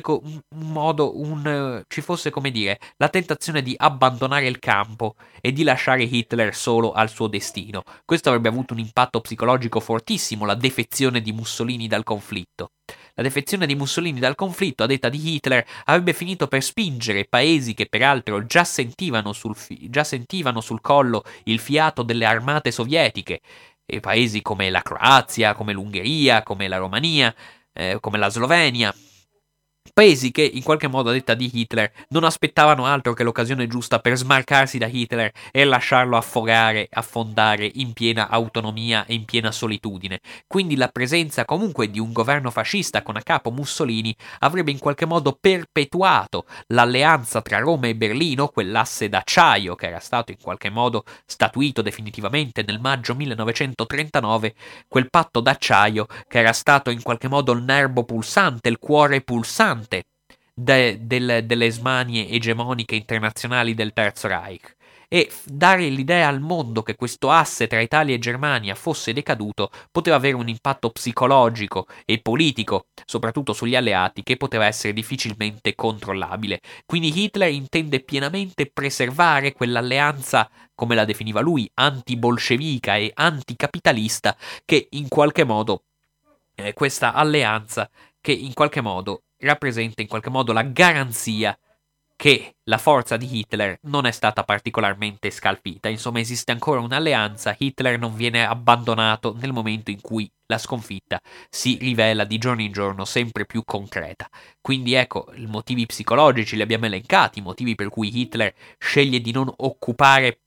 come dire, la tentazione di abbandonare il campo e di lasciare Hitler solo al suo destino. Questo avrebbe avuto un impatto psicologico fortissimo, la defezione di Mussolini dal conflitto. La defezione di Mussolini dal conflitto, a detta di Hitler, avrebbe finito per spingere paesi che peraltro già sentivano sul collo il fiato delle armate sovietiche, e paesi come la Croazia, come l'Ungheria, come la Romania, come la Slovenia, paesi che, in qualche modo, a detta di Hitler, non aspettavano altro che l'occasione giusta per smarcarsi da Hitler e lasciarlo affondare in piena autonomia e in piena solitudine. Quindi la presenza comunque di un governo fascista con a capo Mussolini avrebbe in qualche modo perpetuato l'alleanza tra Roma e Berlino, quell'asse d'acciaio che era stato in qualche modo statuito definitivamente nel maggio 1939, quel patto d'acciaio che era stato in qualche modo il nervo pulsante, il cuore pulsante delle smanie egemoniche internazionali del Terzo Reich, e dare l'idea al mondo che questo asse tra Italia e Germania fosse decaduto poteva avere un impatto psicologico e politico, soprattutto sugli alleati, che poteva essere difficilmente controllabile. Quindi Hitler intende pienamente preservare quell'alleanza, come la definiva lui, anti-bolscevica e anticapitalista, che in qualche modo questa alleanza che in qualche modo rappresenta in qualche modo la garanzia che la forza di Hitler non è stata particolarmente scalfita. Insomma, esiste ancora un'alleanza, Hitler non viene abbandonato nel momento in cui la sconfitta si rivela di giorno in giorno sempre più concreta. Quindi ecco, i motivi psicologici li abbiamo elencati, i motivi per cui Hitler sceglie di non occupare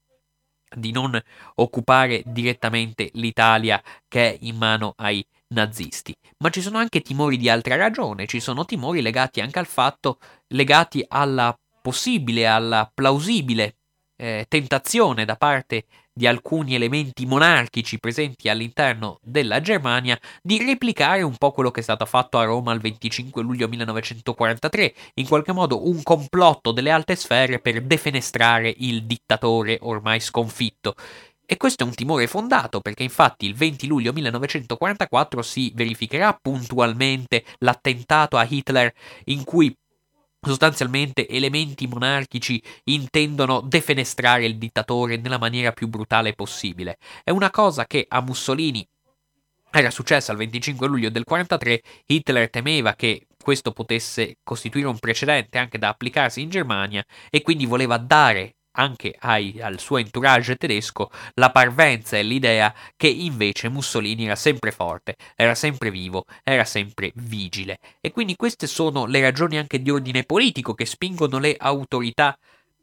direttamente l'Italia che è in mano ai nazisti. Ma ci sono anche timori di altra ragione, ci sono timori legati anche al fatto, legati alla possibile, alla plausibile tentazione da parte di alcuni elementi monarchici presenti all'interno della Germania di replicare un po' quello che è stato fatto a Roma il 25 luglio 1943, in qualche modo un complotto delle alte sfere per defenestrare il dittatore ormai sconfitto. E questo è un timore fondato, perché infatti il 20 luglio 1944 si verificherà puntualmente l'attentato a Hitler in cui sostanzialmente elementi monarchici intendono defenestrare il dittatore nella maniera più brutale possibile. È una cosa che a Mussolini era successa il 25 luglio del 43, Hitler temeva che questo potesse costituire un precedente anche da applicarsi in Germania, e quindi voleva dare anche al suo entourage tedesco la parvenza e l'idea che invece Mussolini era sempre forte, era sempre vivo, era sempre vigile. E quindi queste sono le ragioni anche di ordine politico che spingono le autorità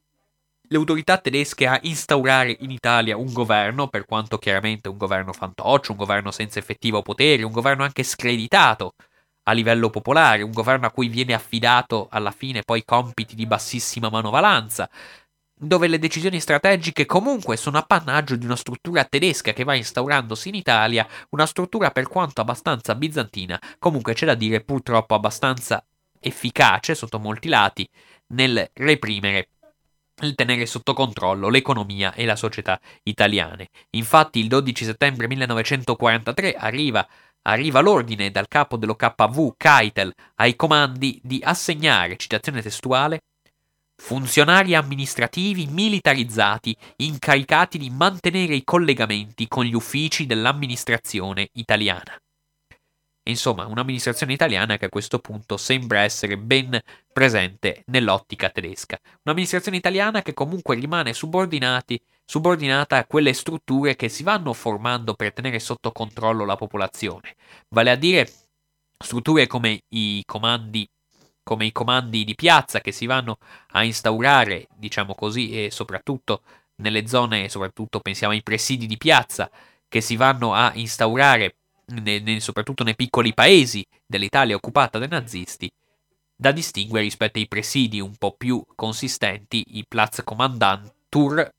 tedesche a instaurare in Italia un governo, per quanto chiaramente un governo fantoccio, un governo senza effettivo potere, un governo anche screditato a livello popolare, un governo a cui viene affidato alla fine poi compiti di bassissima manovalanza, dove le decisioni strategiche comunque sono appannaggio di una struttura tedesca che va instaurandosi in Italia, una struttura per quanto abbastanza bizantina, comunque c'è da dire purtroppo abbastanza efficace sotto molti lati nel reprimere, nel tenere sotto controllo l'economia e la società italiane. Infatti il 12 settembre 1943 arriva l'ordine dal capo dell'OKW Keitel ai comandi di assegnare, citazione testuale, funzionari amministrativi militarizzati incaricati di mantenere i collegamenti con gli uffici dell'amministrazione italiana. Insomma, un'amministrazione italiana che a questo punto sembra essere ben presente nell'ottica tedesca. Un'amministrazione italiana che comunque rimane subordinata a quelle strutture che si vanno formando per tenere sotto controllo la popolazione. Vale a dire strutture come i comandi di piazza che si vanno a instaurare, diciamo così, e soprattutto nelle zone, soprattutto pensiamo ai presidi di piazza, che si vanno a instaurare soprattutto nei piccoli paesi dell'Italia occupata dai nazisti, da distinguere rispetto ai presidi un po' più consistenti, i Platzkommandantur,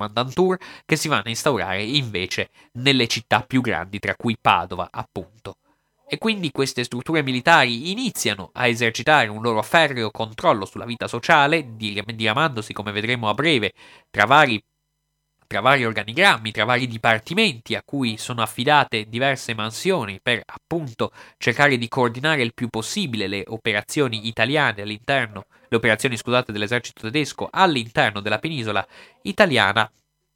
che si vanno a instaurare invece nelle città più grandi, tra cui Padova, appunto. E quindi queste strutture militari iniziano a esercitare un loro ferreo controllo sulla vita sociale, diramandosi, come vedremo a breve, tra vari organigrammi, tra vari dipartimenti a cui sono affidate diverse mansioni per appunto cercare di coordinare il più possibile le operazioni italiane dell'esercito tedesco all'interno della penisola italiana,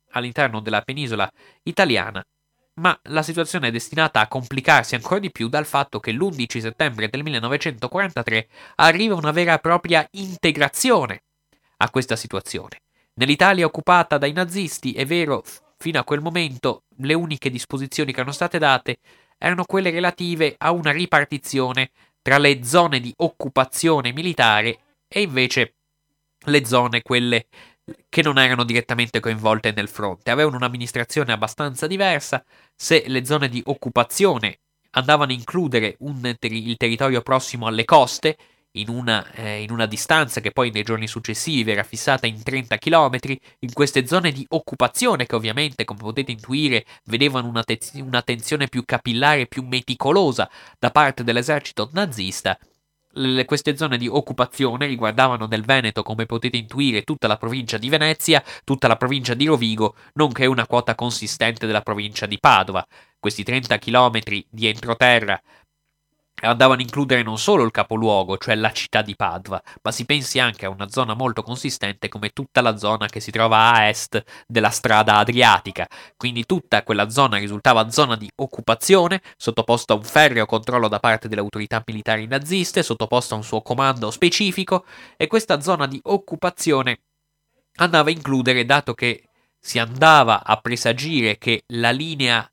ma la situazione è destinata a complicarsi ancora di più dal fatto che l'11 settembre del 1943 arriva una vera e propria integrazione a questa situazione. Nell'Italia occupata dai nazisti, è vero, fino a quel momento le uniche disposizioni che erano state date erano quelle relative a una ripartizione tra le zone di occupazione militare e invece le zone, quelle che non erano direttamente coinvolte nel fronte. Avevano un'amministrazione abbastanza diversa. Se le zone di occupazione andavano a includere il territorio prossimo alle coste, in una distanza che poi nei giorni successivi era fissata in 30 km, in queste zone di occupazione che ovviamente, come potete intuire, vedevano un'attenzione più capillare, più meticolosa da parte dell'esercito nazista. Queste zone di occupazione riguardavano nel Veneto, come potete intuire, tutta la provincia di Venezia, tutta la provincia di Rovigo, nonché una quota consistente della provincia di Padova. Questi 30 km di entroterra andavano a includere non solo il capoluogo, cioè la città di Padova, ma si pensi anche a una zona molto consistente come tutta la zona che si trova a est della strada adriatica. Quindi tutta quella zona risultava zona di occupazione, sottoposta a un ferreo controllo da parte delle autorità militari naziste, sottoposta a un suo comando specifico, e questa zona di occupazione andava a includere, dato che si andava a presagire che la linea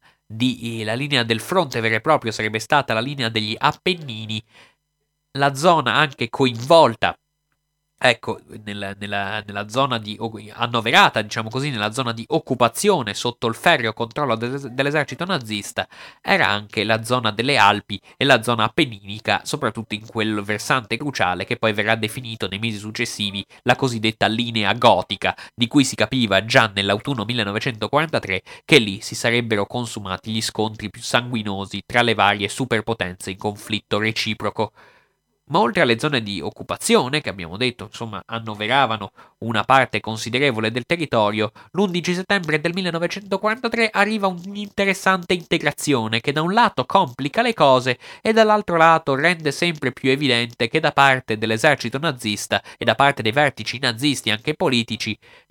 del fronte vero e proprio sarebbe stata la linea degli Appennini, la zona anche coinvolta, ecco, nella zona annoverata, diciamo così, nella zona di occupazione sotto il ferreo controllo dell'esercito nazista, era anche la zona delle Alpi e la zona appenninica, soprattutto in quel versante cruciale che poi verrà definito nei mesi successivi la cosiddetta linea gotica, di cui si capiva già nell'autunno 1943 che lì si sarebbero consumati gli scontri più sanguinosi tra le varie superpotenze in conflitto reciproco. Ma oltre alle zone di occupazione, che abbiamo detto, insomma, annoveravano una parte considerevole del territorio, l'11 settembre del 1943 arriva un'interessante integrazione che da un lato complica le cose e dall'altro lato rende sempre più evidente che da parte dell'esercito nazista e da parte dei vertici nazisti anche politici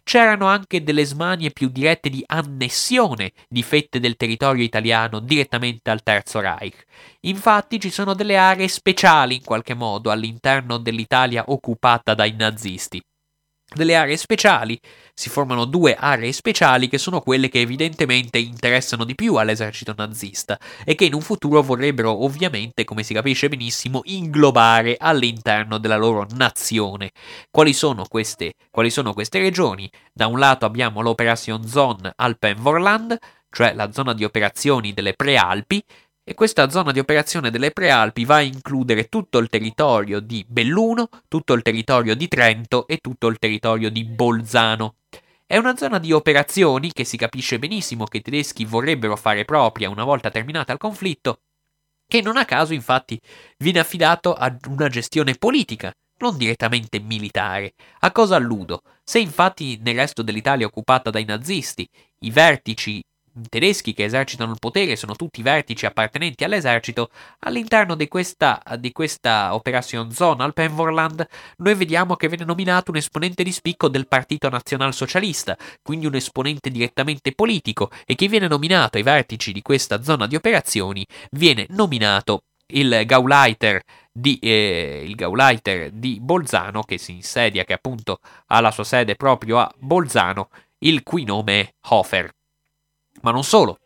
c'erano anche delle smanie più dirette di annessione di fette del territorio italiano direttamente al Terzo Reich. Infatti ci sono delle aree speciali in qualche modo all'interno dell'Italia occupata dai nazisti. Delle aree speciali, si formano due aree speciali che sono quelle che evidentemente interessano di più all'esercito nazista e che in un futuro vorrebbero ovviamente, come si capisce benissimo, inglobare all'interno della loro nazione. Quali sono queste regioni? Da un lato abbiamo l'Operation Zone Alpenvorland, cioè la zona di operazioni delle Prealpi, e questa zona di operazione delle Prealpi va a includere tutto il territorio di Belluno, tutto il territorio di Trento e tutto il territorio di Bolzano. È una zona di operazioni che si capisce benissimo che i tedeschi vorrebbero fare propria una volta terminata il conflitto, che non a caso infatti viene affidato ad una gestione politica, non direttamente militare. A cosa alludo? Se infatti nel resto dell'Italia occupata dai nazisti i vertici tedeschi che esercitano il potere sono tutti vertici appartenenti all'esercito, all'interno di questa Operation Zone Alpenvorland noi vediamo che viene nominato un esponente di spicco del Partito Nazionalsocialista, quindi un esponente direttamente politico, e chi viene nominato ai vertici di questa zona di operazioni viene nominato il Gauleiter di Bolzano, che si insedia, che appunto ha la sua sede proprio a Bolzano, il cui nome è Hofer. Ma non solo,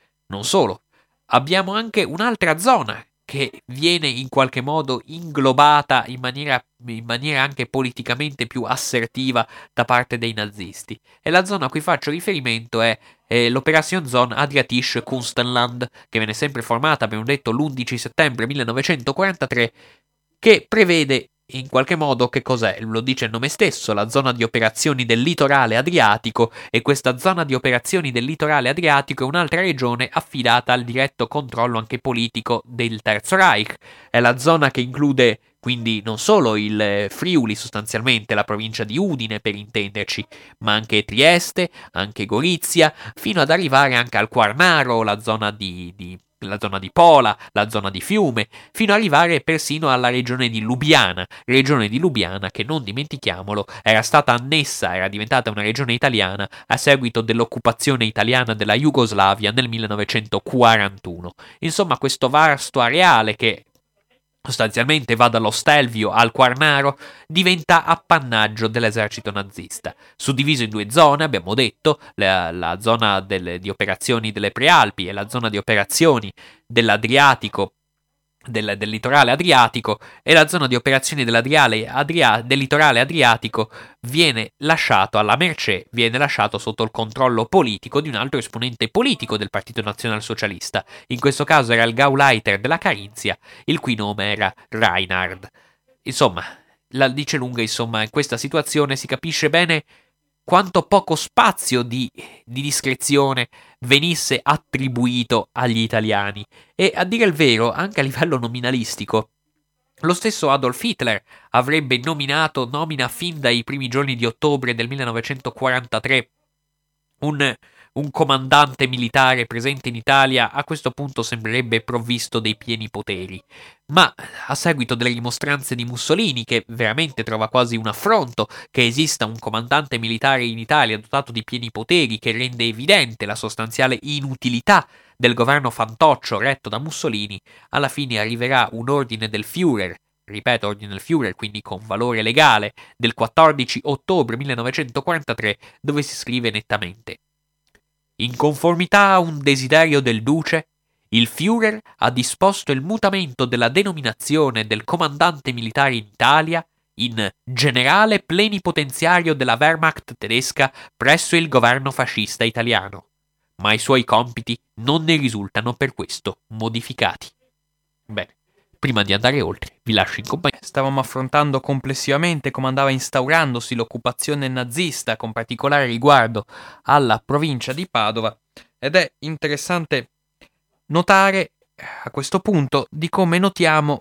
abbiamo anche un'altra zona che viene in qualche modo inglobata in maniera anche politicamente più assertiva da parte dei nazisti. E la zona a cui faccio riferimento è l'Operation Zone Adriatische Kunstenland, che viene sempre formata, abbiamo detto, l'11 settembre 1943, che prevede in qualche modo che cos'è? Lo dice il nome stesso, la zona di operazioni del litorale adriatico, e questa zona di operazioni del litorale adriatico è un'altra regione affidata al diretto controllo anche politico del Terzo Reich. È la zona che include quindi non solo il Friuli, sostanzialmente la provincia di Udine per intenderci, ma anche Trieste, anche Gorizia, fino ad arrivare anche al Quarnaro, la zona di Pola, la zona di Fiume, fino ad arrivare persino alla regione di Lubiana che, non dimentichiamolo, era diventata una regione italiana a seguito dell'occupazione italiana della Jugoslavia nel 1941. Insomma, questo vasto areale che sostanzialmente va dallo Stelvio al Quarnaro, diventa appannaggio dell'esercito nazista. Suddiviso in due zone, abbiamo detto, la zona di operazioni delle Prealpi e la zona di operazioni dell'Adriatico, del litorale adriatico, e la zona di operazioni del litorale adriatico viene lasciato alla mercé, viene lasciato sotto il controllo politico di un altro esponente politico del Partito Nazionalsocialista. In questo caso era il Gauleiter della Carinzia, il cui nome era Reinhard. Insomma, la dice lunga, in questa situazione si capisce bene quanto poco spazio di discrezione venisse attribuito agli italiani. E a dire il vero, anche a livello nominalistico, lo stesso Adolf Hitler avrebbe nomina fin dai primi giorni di ottobre del 1943 un comandante militare presente in Italia. A questo punto sembrerebbe provvisto dei pieni poteri, ma a seguito delle rimostranze di Mussolini, che veramente trova quasi un affronto che esista un comandante militare in Italia dotato di pieni poteri, che rende evidente la sostanziale inutilità del governo fantoccio retto da Mussolini, alla fine arriverà un ordine del Führer, ripeto, ordine del Führer, quindi con valore legale, del 14 ottobre 1943, dove si scrive nettamente: in conformità a un desiderio del duce, il Führer ha disposto il mutamento della denominazione del comandante militare in Italia in generale plenipotenziario della Wehrmacht tedesca presso il governo fascista italiano, ma i suoi compiti non ne risultano per questo modificati. Bene, prima di andare oltre, vi lascio in compagnia. Stavamo affrontando complessivamente come andava instaurandosi l'occupazione nazista, con particolare riguardo alla provincia di Padova, ed è interessante notare a questo punto di come notiamo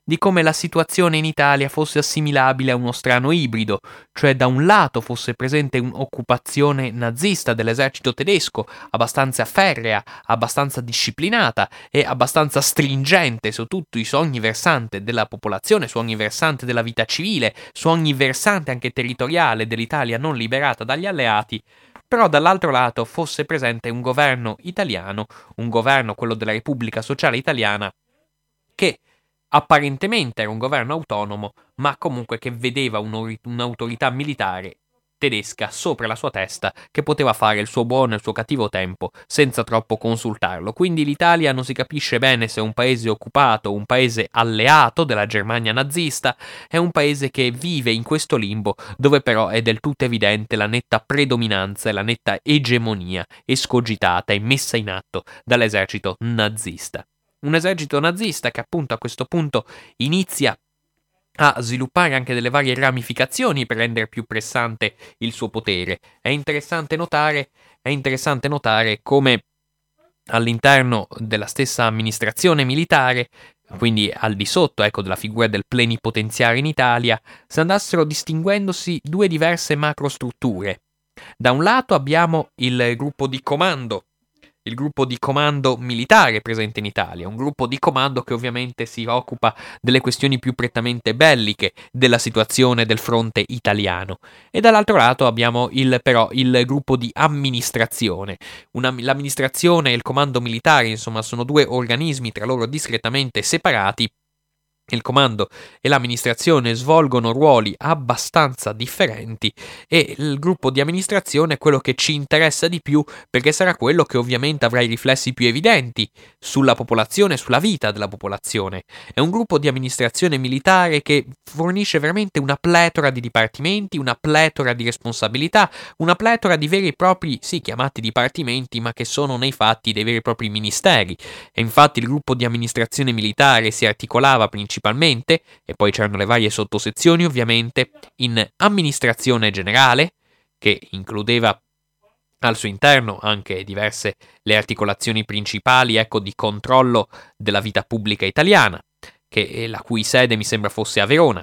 di come la situazione in Italia fosse assimilabile a uno strano ibrido, cioè da un lato fosse presente un'occupazione nazista dell'esercito tedesco, abbastanza ferrea, abbastanza disciplinata e abbastanza stringente su tutti su ogni versante della popolazione, su ogni versante della vita civile, su ogni versante anche territoriale dell'Italia non liberata dagli alleati, però dall'altro lato fosse presente un governo italiano, un governo, quello della Repubblica Sociale Italiana, che apparentemente era un governo autonomo, ma comunque che vedeva un'autorità militare tedesca sopra la sua testa, che poteva fare il suo buono e il suo cattivo tempo senza troppo consultarlo. Quindi l'Italia non si capisce bene se è un paese occupato, un paese alleato della Germania nazista, è un paese che vive in questo limbo, dove però è del tutto evidente la netta predominanza e la netta egemonia escogitata e messa in atto dall'esercito nazista. Un esercito nazista che appunto a questo punto inizia a sviluppare anche delle varie ramificazioni per rendere più pressante il suo potere. È interessante notare come all'interno della stessa amministrazione militare, quindi al di sotto, ecco, della figura del plenipotenziario in Italia, si andassero distinguendosi due diverse macrostrutture. Da un lato abbiamo il gruppo di comando militare presente in Italia, un gruppo di comando che ovviamente si occupa delle questioni più prettamente belliche della situazione del fronte italiano. E dall'altro lato abbiamo però il gruppo di amministrazione. L'amministrazione e il comando militare, insomma, sono due organismi tra loro discretamente separati. Il comando e l'amministrazione svolgono ruoli abbastanza differenti e il gruppo di amministrazione è quello che ci interessa di più perché sarà quello che ovviamente avrà i riflessi più evidenti sulla popolazione, sulla vita della popolazione. È un gruppo di amministrazione militare che fornisce veramente una pletora di dipartimenti, una pletora di responsabilità, una pletora di veri e propri, sì, chiamati dipartimenti, ma che sono nei fatti dei veri e propri ministeri. E infatti il gruppo di amministrazione militare si articolava principalmente, e poi c'erano le varie sottosezioni ovviamente, in amministrazione generale, che includeva al suo interno anche diverse le articolazioni principali, ecco, di controllo della vita pubblica italiana, la cui sede mi sembra fosse a Verona.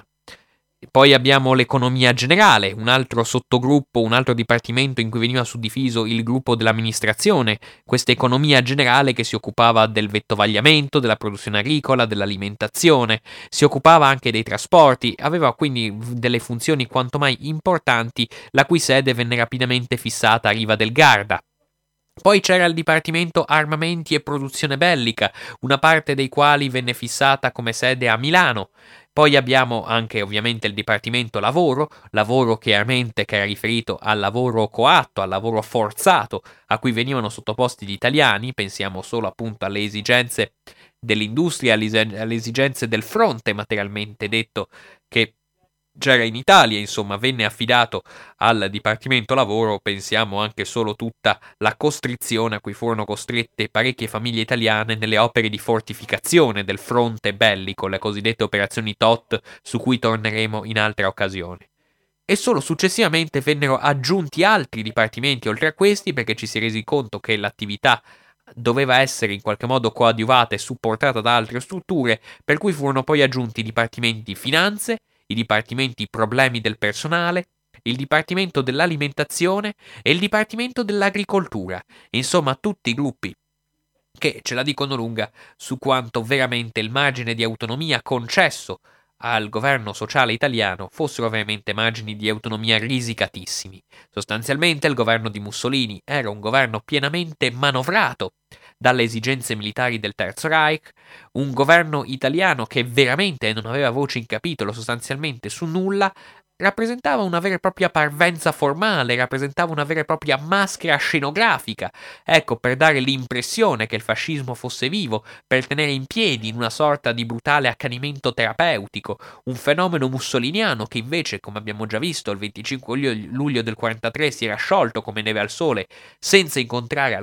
Poi abbiamo l'economia generale, un altro sottogruppo, un altro dipartimento in cui veniva suddiviso il gruppo dell'amministrazione, questa economia generale che si occupava del vettovagliamento, della produzione agricola, dell'alimentazione, si occupava anche dei trasporti, aveva quindi delle funzioni quanto mai importanti, la cui sede venne rapidamente fissata a Riva del Garda. Poi c'era il Dipartimento Armamenti e Produzione Bellica, una parte dei quali venne fissata come sede a Milano. Poi abbiamo anche ovviamente il Dipartimento Lavoro chiaramente che era riferito al lavoro coatto, al lavoro forzato, a cui venivano sottoposti gli italiani, pensiamo solo appunto alle esigenze dell'industria, alle esigenze del fronte materialmente detto che c'era in Italia, insomma, venne affidato al Dipartimento Lavoro, pensiamo anche solo tutta la costrizione a cui furono costrette parecchie famiglie italiane nelle opere di fortificazione del fronte bellico, le cosiddette operazioni TOT, su cui torneremo in altre occasioni. E solo successivamente vennero aggiunti altri dipartimenti oltre a questi, perché ci si è resi conto che l'attività doveva essere in qualche modo coadiuvata e supportata da altre strutture, per cui furono poi aggiunti i dipartimenti finanze, i dipartimenti problemi del personale, il dipartimento dell'alimentazione e il dipartimento dell'agricoltura, insomma tutti i gruppi che ce la dicono lunga su quanto veramente il margine di autonomia concesso al governo sociale italiano fossero veramente margini di autonomia risicatissimi. Sostanzialmente il governo di Mussolini era un governo pienamente manovrato dalle esigenze militari del Terzo Reich, un governo italiano che veramente non aveva voce in capitolo sostanzialmente su nulla, rappresentava una vera e propria parvenza formale, rappresentava una vera e propria maschera scenografica, ecco, per dare l'impressione che il fascismo fosse vivo, per tenere in piedi in una sorta di brutale accanimento terapeutico, un fenomeno mussoliniano che invece, come abbiamo già visto, il 25 luglio del 43 si era sciolto come neve al sole, senza incontrare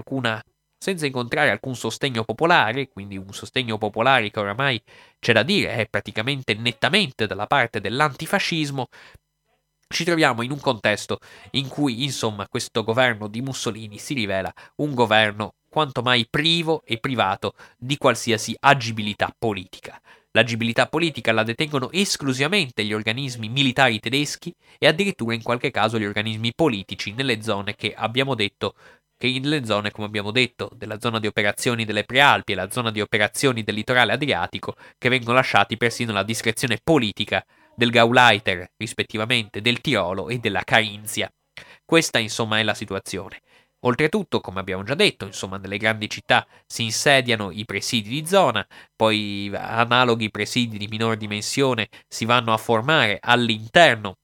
alcun sostegno popolare, quindi un sostegno popolare che oramai, c'è da dire, è praticamente nettamente dalla parte dell'antifascismo. Ci troviamo in un contesto in cui, insomma, questo governo di Mussolini si rivela un governo quanto mai privo e privato di qualsiasi agibilità politica. L'agibilità politica la detengono esclusivamente gli organismi militari tedeschi e addirittura in qualche caso gli organismi politici nelle zone come abbiamo detto, della zona di operazioni delle Prealpi e la zona di operazioni del litorale adriatico, che vengono lasciati persino alla discrezione politica del Gauleiter, rispettivamente del Tirolo e della Carinzia. Questa, insomma, è la situazione. Oltretutto, come abbiamo già detto, insomma, nelle grandi città si insediano i presidi di zona, poi analoghi presidi di minor dimensione si vanno a formare all'interno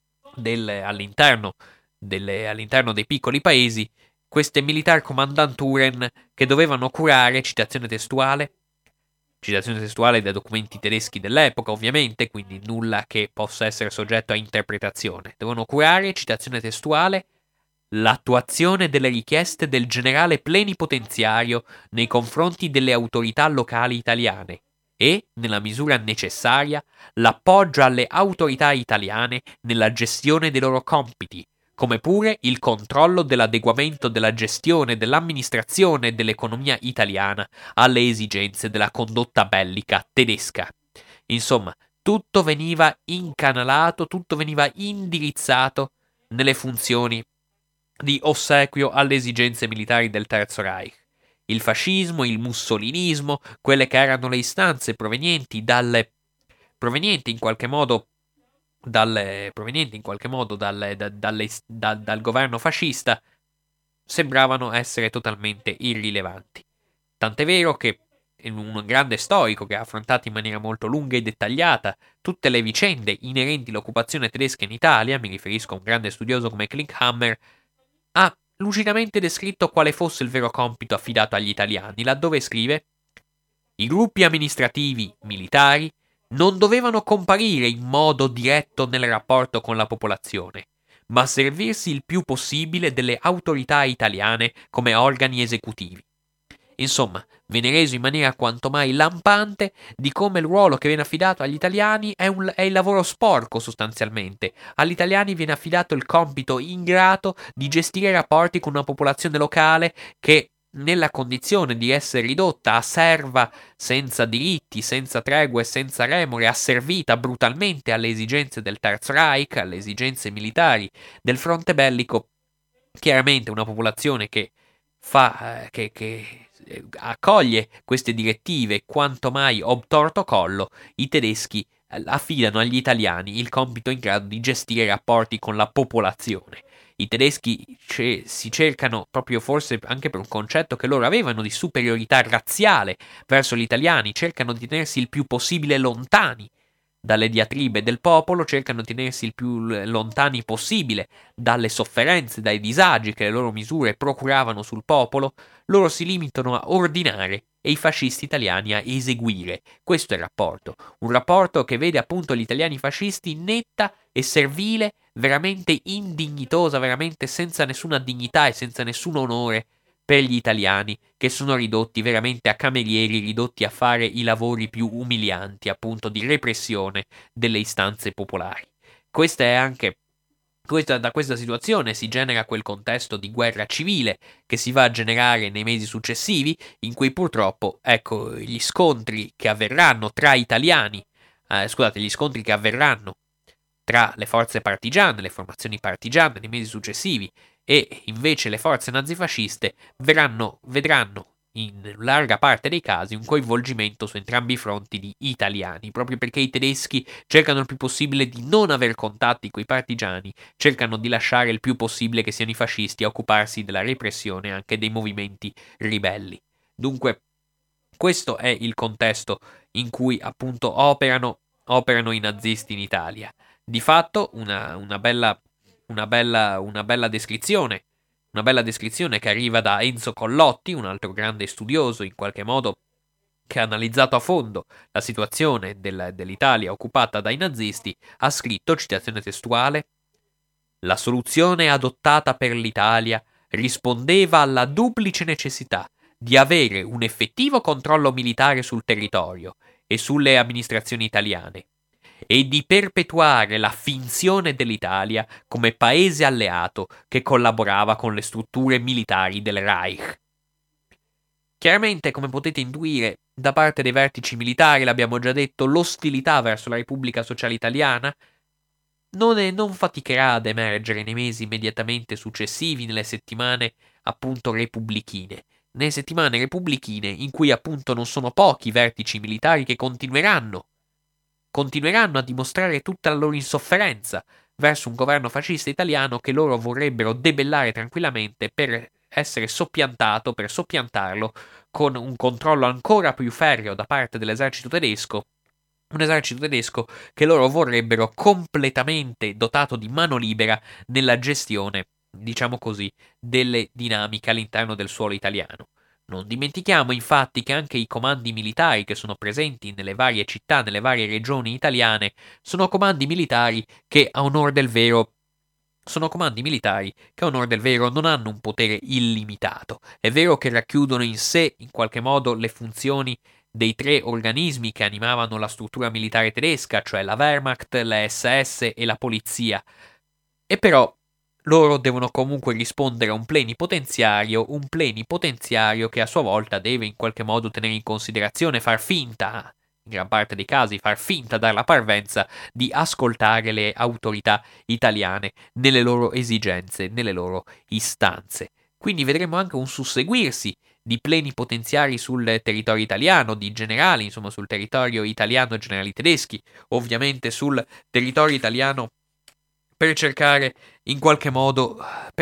dei piccoli paesi, queste Militärkommandanturen che dovevano curare, citazione testuale da documenti tedeschi dell'epoca, ovviamente, quindi nulla che possa essere soggetto a interpretazione. Devono curare, citazione testuale, l'attuazione delle richieste del generale plenipotenziario nei confronti delle autorità locali italiane e, nella misura necessaria, l'appoggio alle autorità italiane nella gestione dei loro compiti, come pure il controllo dell'adeguamento della gestione dell'amministrazione e dell'economia italiana alle esigenze della condotta bellica tedesca. Insomma, tutto veniva incanalato, tutto veniva indirizzato nelle funzioni di ossequio alle esigenze militari del Terzo Reich. Il fascismo, il mussolinismo, quelle che erano le istanze provenienti in qualche modo dal governo fascista, sembravano essere totalmente irrilevanti. Tant'è vero che un grande storico che ha affrontato in maniera molto lunga e dettagliata tutte le vicende inerenti all'occupazione tedesca in Italia, mi riferisco a un grande studioso come Klinkhammer, ha lucidamente descritto quale fosse il vero compito affidato agli italiani, laddove scrive: i gruppi amministrativi militari non dovevano comparire in modo diretto nel rapporto con la popolazione, ma servirsi il più possibile delle autorità italiane come organi esecutivi. Insomma, viene reso in maniera quanto mai lampante di come il ruolo che viene affidato agli italiani è il lavoro sporco, sostanzialmente. Agli italiani viene affidato il compito ingrato di gestire i rapporti con una popolazione locale che, nella condizione di essere ridotta a serva senza diritti, senza tregue, senza remore, asservita brutalmente alle esigenze del Terzo Reich, alle esigenze militari del fronte bellico, chiaramente una popolazione che accoglie queste direttive quanto mai obtorto collo, i tedeschi affidano agli italiani il compito in grado di gestire i rapporti con la popolazione. I tedeschi si cercano, proprio forse anche per un concetto che loro avevano di superiorità razziale verso gli italiani, cercano di tenersi il più possibile lontani dalle diatribe del popolo, cercano di tenersi il più lontani possibile dalle sofferenze, dai disagi che le loro misure procuravano sul popolo. Loro si limitano a ordinare e i fascisti italiani a eseguire. Questo è il rapporto, un rapporto che vede appunto gli italiani fascisti netta e servile, veramente indignitosa, veramente senza nessuna dignità e senza nessun onore per gli italiani, che sono ridotti veramente a camerieri, ridotti a fare i lavori più umilianti, appunto di repressione delle istanze popolari. Da questa situazione si genera quel contesto di guerra civile che si va a generare nei mesi successivi, in cui purtroppo, ecco, gli scontri che avverranno tra le forze partigiane, le formazioni partigiane nei mesi successivi e invece le forze nazifasciste vedranno in larga parte dei casi un coinvolgimento su entrambi i fronti di italiani, proprio perché i tedeschi cercano il più possibile di non aver contatti con i partigiani, cercano di lasciare il più possibile che siano i fascisti a occuparsi della repressione anche dei movimenti ribelli. Dunque, questo è il contesto in cui appunto operano i nazisti in Italia. Di fatto una bella descrizione che arriva da Enzo Collotti, un altro grande studioso in qualche modo che ha analizzato a fondo la situazione dell'Italia occupata dai nazisti, ha scritto, citazione testuale: la soluzione adottata per l'Italia rispondeva alla duplice necessità di avere un effettivo controllo militare sul territorio e sulle amministrazioni italiane e di perpetuare la finzione dell'Italia come paese alleato che collaborava con le strutture militari del Reich. Chiaramente, come potete intuire, da parte dei vertici militari, l'abbiamo già detto, l'ostilità verso la Repubblica Sociale Italiana non faticherà ad emergere nei mesi immediatamente successivi, nelle settimane appunto repubblichine. Nelle settimane repubblichine in cui appunto non sono pochi i vertici militari che continueranno a dimostrare tutta la loro insofferenza verso un governo fascista italiano che loro vorrebbero debellare tranquillamente per essere soppiantato, per soppiantarlo con un controllo ancora più ferreo da parte dell'esercito tedesco. Un esercito tedesco che loro vorrebbero completamente dotato di mano libera nella gestione, diciamo così, delle dinamiche all'interno del suolo italiano. Non dimentichiamo infatti che anche i comandi militari che sono presenti nelle varie città, nelle varie regioni italiane, sono comandi militari che a onor del vero non hanno un potere illimitato. È vero che racchiudono in sé in qualche modo le funzioni dei tre organismi che animavano la struttura militare tedesca, cioè la Wehrmacht, la SS e la polizia. E però loro devono comunque rispondere a un plenipotenziario che a sua volta deve in qualche modo tenere in considerazione, far finta, in gran parte dei casi, dare la parvenza di ascoltare le autorità italiane nelle loro esigenze, nelle loro istanze. Quindi vedremo anche un susseguirsi di plenipotenziari sul territorio italiano, di generali, insomma, sul territorio italiano, generali tedeschi, ovviamente sul territorio italiano per cercare in qualche modo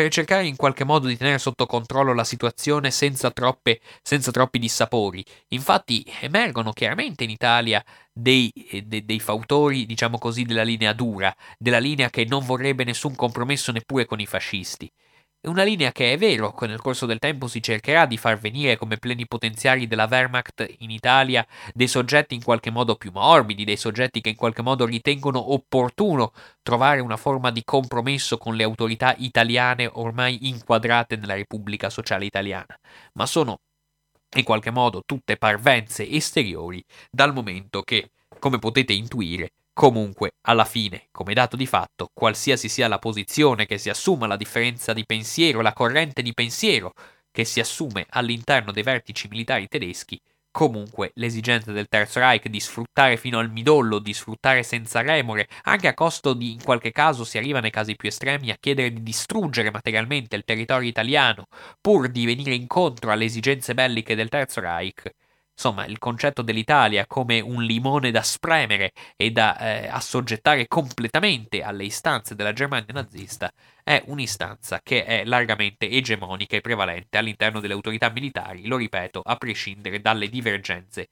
di tenere sotto controllo la situazione senza troppi dissapori. Infatti emergono chiaramente in Italia dei fautori, diciamo così, della linea dura, della linea che non vorrebbe nessun compromesso neppure con i fascisti. È una linea che è vero che nel corso del tempo si cercherà di far venire come plenipotenziari della Wehrmacht in Italia dei soggetti in qualche modo più morbidi, dei soggetti che in qualche modo ritengono opportuno trovare una forma di compromesso con le autorità italiane ormai inquadrate nella Repubblica Sociale Italiana, ma sono in qualche modo tutte parvenze esteriori, dal momento che, come potete intuire, comunque, alla fine, come dato di fatto, qualsiasi sia la posizione che si assuma, la differenza di pensiero, la corrente di pensiero che si assume all'interno dei vertici militari tedeschi, comunque l'esigenza del Terzo Reich di sfruttare fino al midollo, di sfruttare senza remore, anche a costo di, in qualche caso, si arriva nei casi più estremi a chiedere di distruggere materialmente il territorio italiano pur di venire incontro alle esigenze belliche del Terzo Reich. Insomma, il concetto dell'Italia come un limone da spremere e da assoggettare completamente alle istanze della Germania nazista è un'istanza che è largamente egemonica e prevalente all'interno delle autorità militari, lo ripeto, a prescindere dalle divergenze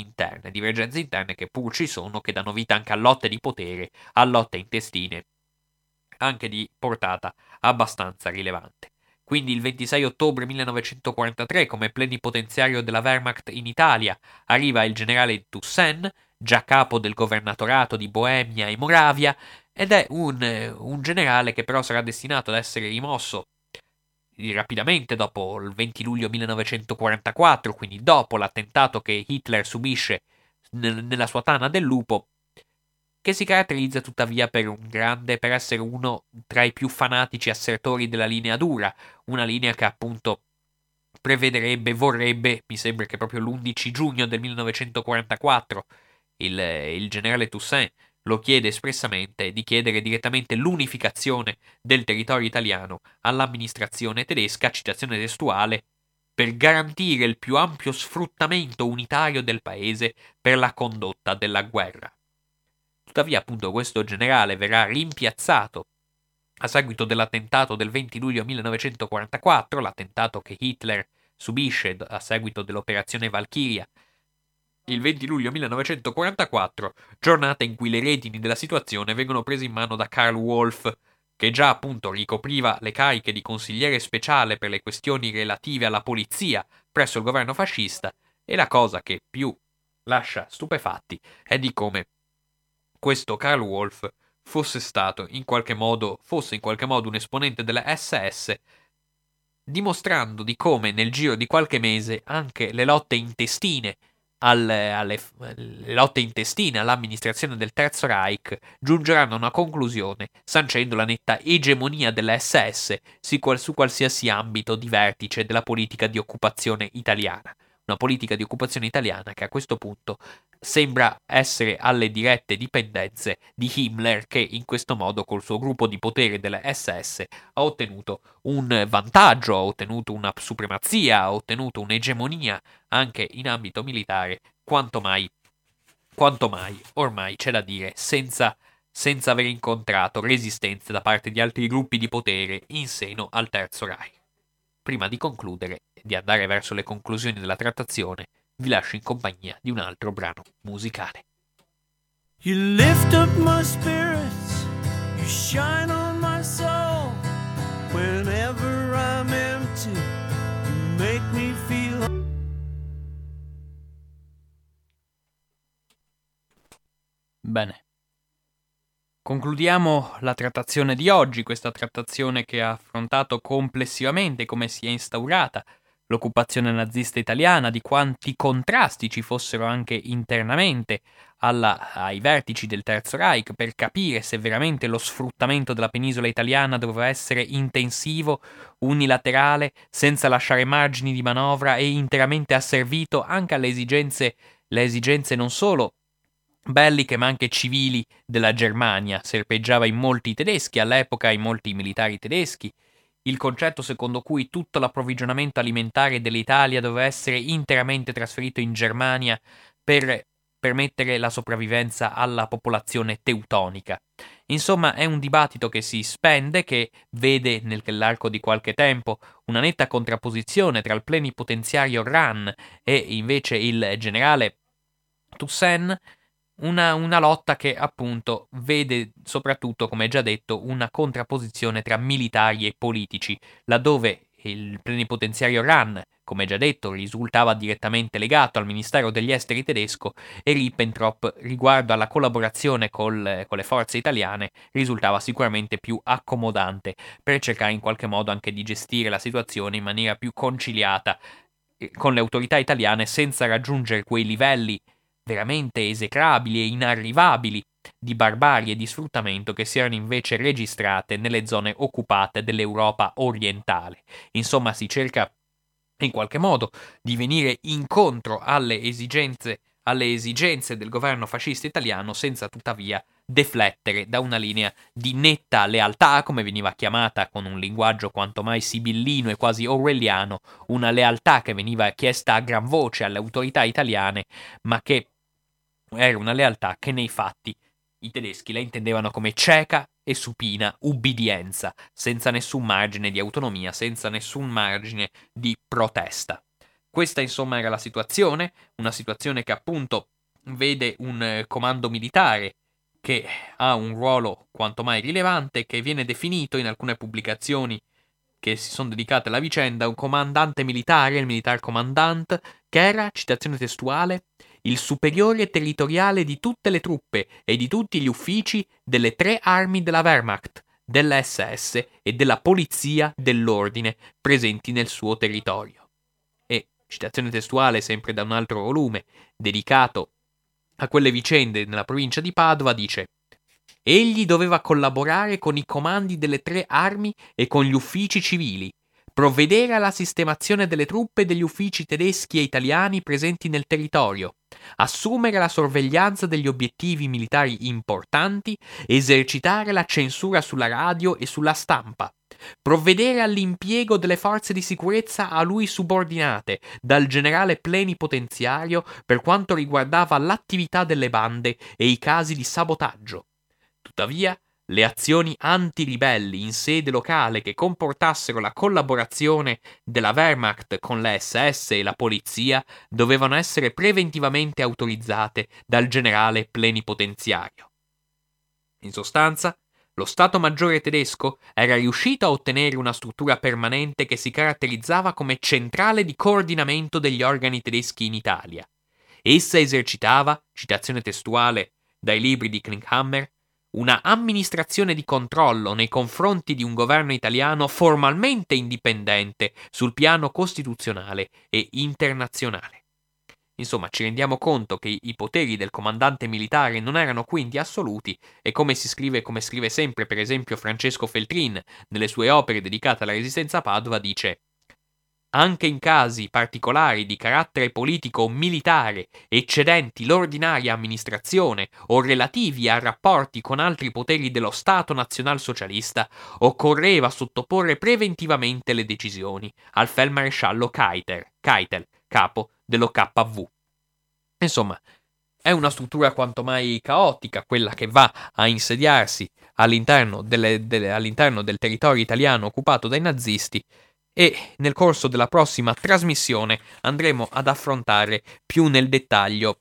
interne che pur ci sono, che danno vita anche a lotte di potere, a lotte intestine, anche di portata abbastanza rilevante. Quindi il 26 ottobre 1943, come plenipotenziario della Wehrmacht in Italia, arriva il generale Toussaint, già capo del governatorato di Boemia e Moravia, ed è un generale che però sarà destinato ad essere rimosso rapidamente dopo il 20 luglio 1944, quindi dopo l'attentato che Hitler subisce nella sua tana del lupo, che si caratterizza tuttavia per essere uno tra i più fanatici assertori della linea dura, una linea che appunto vorrebbe, mi sembra che proprio l'11 giugno del 1944 il generale Toussaint lo chiede espressamente, di chiedere direttamente l'unificazione del territorio italiano all'amministrazione tedesca, citazione testuale, per garantire il più ampio sfruttamento unitario del paese per la condotta della guerra. Tuttavia, appunto, questo generale verrà rimpiazzato a seguito dell'attentato del 20 luglio 1944, l'attentato che Hitler subisce a seguito dell'operazione Valchiria il 20 luglio 1944, giornata in cui le redini della situazione vengono prese in mano da Karl Wolff, che già appunto ricopriva le cariche di consigliere speciale per le questioni relative alla polizia presso il governo fascista, e la cosa che più lascia stupefatti è di come questo Karl Wolff fosse in qualche modo un esponente della SS, dimostrando di come nel giro di qualche mese anche le lotte intestine all'amministrazione del Terzo Reich giungeranno a una conclusione, sancendo la netta egemonia della SS su qualsiasi ambito di vertice della politica di occupazione italiana. una politica di occupazione italiana che a questo punto sembra essere alle dirette dipendenze di Himmler, che in questo modo col suo gruppo di potere delle SS ha ottenuto un vantaggio, ha ottenuto una supremazia, ha ottenuto un'egemonia anche in ambito militare quanto mai ormai c'è da dire senza aver incontrato resistenze da parte di altri gruppi di potere in seno al Terzo Reich. Prima di concludere e di andare verso le conclusioni della trattazione, vi lascio in compagnia di un altro brano musicale. You lift up my spirits, you shine on my soul. Whenever I'm empty, you make me feel. Bene. Concludiamo la trattazione di oggi, questa trattazione che ha affrontato complessivamente come si è instaurata l'occupazione nazista italiana, di quanti contrasti ci fossero anche internamente ai vertici del Terzo Reich, per capire se veramente lo sfruttamento della penisola italiana doveva essere intensivo, unilaterale, senza lasciare margini di manovra e interamente asservito anche alle esigenze non solo belliche ma anche civili della Germania. Serpeggiava in molti tedeschi all'epoca, in molti militari tedeschi, il concetto secondo cui tutto l'approvvigionamento alimentare dell'Italia doveva essere interamente trasferito in Germania per permettere la sopravvivenza alla popolazione teutonica. Insomma, è un dibattito che si spende, che vede nell'arco di qualche tempo una netta contrapposizione tra il plenipotenziario Rahn e invece il generale Toussaint, una lotta che appunto vede soprattutto, come già detto, una contrapposizione tra militari e politici, laddove il plenipotenziario Rahn, come già detto, risultava direttamente legato al Ministero degli Esteri tedesco e Ribbentrop, riguardo alla collaborazione con le forze italiane, risultava sicuramente più accomodante per cercare in qualche modo anche di gestire la situazione in maniera più conciliata con le autorità italiane, senza raggiungere quei livelli veramente esecrabili e inarrivabili di barbarie e di sfruttamento che si erano invece registrate nelle zone occupate dell'Europa orientale. Insomma, si cerca in qualche modo di venire incontro alle esigenze del governo fascista italiano, senza tuttavia deflettere da una linea di netta lealtà, come veniva chiamata con un linguaggio quanto mai sibillino e quasi orwelliano, una lealtà che veniva chiesta a gran voce alle autorità italiane, ma che era una lealtà che nei fatti i tedeschi la intendevano come cieca e supina ubbidienza, senza nessun margine di autonomia, senza nessun margine di protesta. Questa insomma era la situazione, una situazione che appunto vede un comando militare che ha un ruolo quanto mai rilevante, che viene definito in alcune pubblicazioni che si sono dedicate alla vicenda un comandante militare, il Militär Kommandant, che era, citazione testuale, il superiore territoriale di tutte le truppe e di tutti gli uffici delle 3 armi della Wehrmacht, della SS e della polizia dell'ordine presenti nel suo territorio. E, citazione testuale sempre da un altro volume, dedicato a quelle vicende nella provincia di Padova, dice: egli doveva collaborare con i comandi delle 3 armi e con gli uffici civili, provvedere alla sistemazione delle truppe e degli uffici tedeschi e italiani presenti nel territorio, assumere la sorveglianza degli obiettivi militari importanti, esercitare la censura sulla radio e sulla stampa, provvedere all'impiego delle forze di sicurezza a lui subordinate dal generale plenipotenziario per quanto riguardava l'attività delle bande e i casi di sabotaggio. Tuttavia, le azioni antiribelli in sede locale che comportassero la collaborazione della Wehrmacht con le SS e la polizia dovevano essere preventivamente autorizzate dal generale plenipotenziario. In sostanza, lo Stato Maggiore tedesco era riuscito a ottenere una struttura permanente che si caratterizzava come centrale di coordinamento degli organi tedeschi in Italia. Essa esercitava, citazione testuale dai libri di Klinkhammer, una amministrazione di controllo nei confronti di un governo italiano formalmente indipendente sul piano costituzionale e internazionale. Insomma, ci rendiamo conto che i poteri del comandante militare non erano quindi assoluti e come scrive sempre per esempio Francesco Feltrin nelle sue opere dedicate alla resistenza a Padova, dice: anche in casi particolari di carattere politico o militare eccedenti l'ordinaria amministrazione o relativi a rapporti con altri poteri dello Stato nazionalsocialista, occorreva sottoporre preventivamente le decisioni al feldmaresciallo Keitel, capo dell'OKW. Insomma, è una struttura quanto mai caotica quella che va a insediarsi all'interno del territorio italiano occupato dai nazisti, e nel corso della prossima trasmissione andremo ad affrontare più nel dettaglio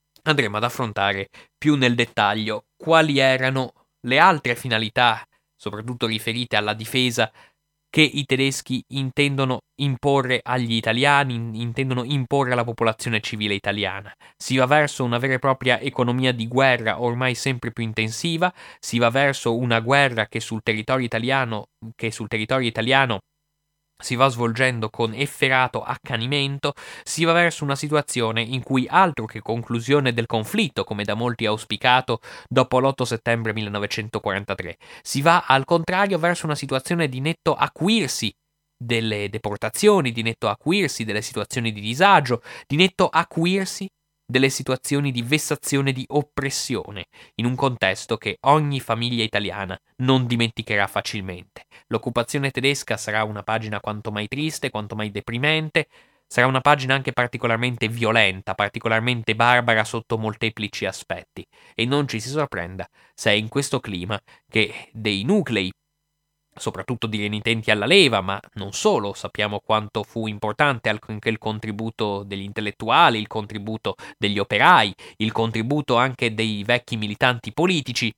quali erano le altre finalità, soprattutto riferite alla difesa, che i tedeschi intendono imporre agli italiani, intendono imporre alla popolazione civile italiana. Si va verso una vera e propria economia di guerra ormai sempre più intensiva, si va verso una guerra che sul territorio italiano si va svolgendo con efferato accanimento, si va verso una situazione in cui altro che conclusione del conflitto, come da molti auspicato dopo l'8 settembre 1943, si va al contrario verso una situazione di netto acuirsi delle deportazioni, di netto acuirsi delle situazioni di disagio, di netto acuirsi delle situazioni di vessazione, di oppressione, in un contesto che ogni famiglia italiana non dimenticherà facilmente. L'occupazione tedesca sarà una pagina quanto mai triste, quanto mai deprimente, sarà una pagina anche particolarmente violenta, particolarmente barbara sotto molteplici aspetti, e non ci si sorprenda se è in questo clima che dei nuclei, soprattutto di renitenti alla leva, ma non solo, sappiamo quanto fu importante anche il contributo degli intellettuali, il contributo degli operai, il contributo anche dei vecchi militanti politici.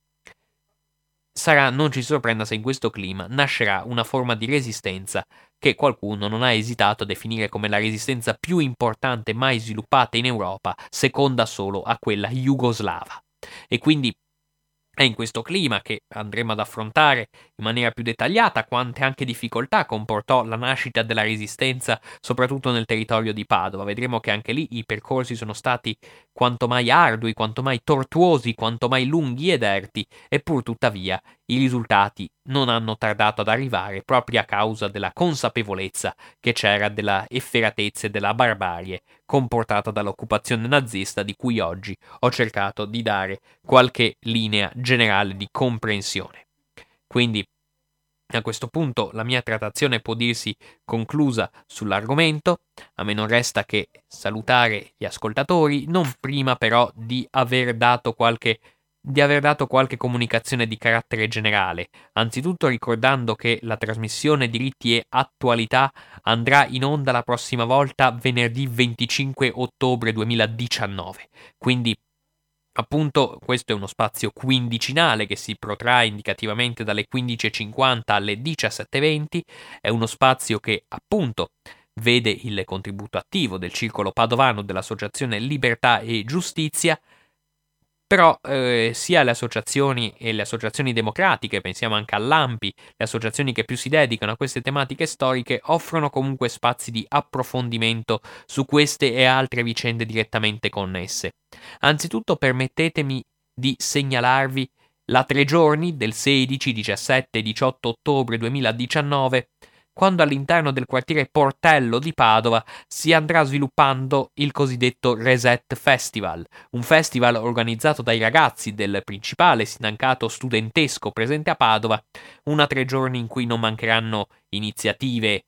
Non ci sorprenda se in questo clima nascerà una forma di resistenza che qualcuno non ha esitato a definire come la resistenza più importante mai sviluppata in Europa, seconda solo a quella jugoslava. E quindi è in questo clima che andremo ad affrontare in maniera più dettagliata quante anche difficoltà comportò la nascita della resistenza, soprattutto nel territorio di Padova. Vedremo che anche lì i percorsi sono stati quanto mai ardui, quanto mai tortuosi, quanto mai lunghi ed erti, e pur tuttavia i risultati non hanno tardato ad arrivare proprio a causa della consapevolezza che c'era della efferatezza e della barbarie comportata dall'occupazione nazista, di cui oggi ho cercato di dare qualche linea generale di comprensione. Quindi a questo punto la mia trattazione può dirsi conclusa sull'argomento. A me non resta che salutare gli ascoltatori, non prima però di aver dato qualche comunicazione di carattere generale, anzitutto ricordando che la trasmissione Diritti e Attualità andrà in onda la prossima volta venerdì 25 ottobre 2019, quindi appunto questo è uno spazio quindicinale che si protrae indicativamente dalle 15.50 alle 17.20, è uno spazio che appunto vede il contributo attivo del Circolo Padovano dell'Associazione Libertà e Giustizia. Però sia le associazioni e le associazioni democratiche, pensiamo anche all'ANPI, le associazioni che più si dedicano a queste tematiche storiche, offrono comunque spazi di approfondimento su queste e altre vicende direttamente connesse. Anzitutto permettetemi di segnalarvi la 3 giorni del 16, 17 e 18 ottobre 2019, quando all'interno del quartiere Portello di Padova si andrà sviluppando il cosiddetto Reset Festival, un festival organizzato dai ragazzi del principale sindacato studentesco presente a Padova, una 3 giorni in cui non mancheranno iniziative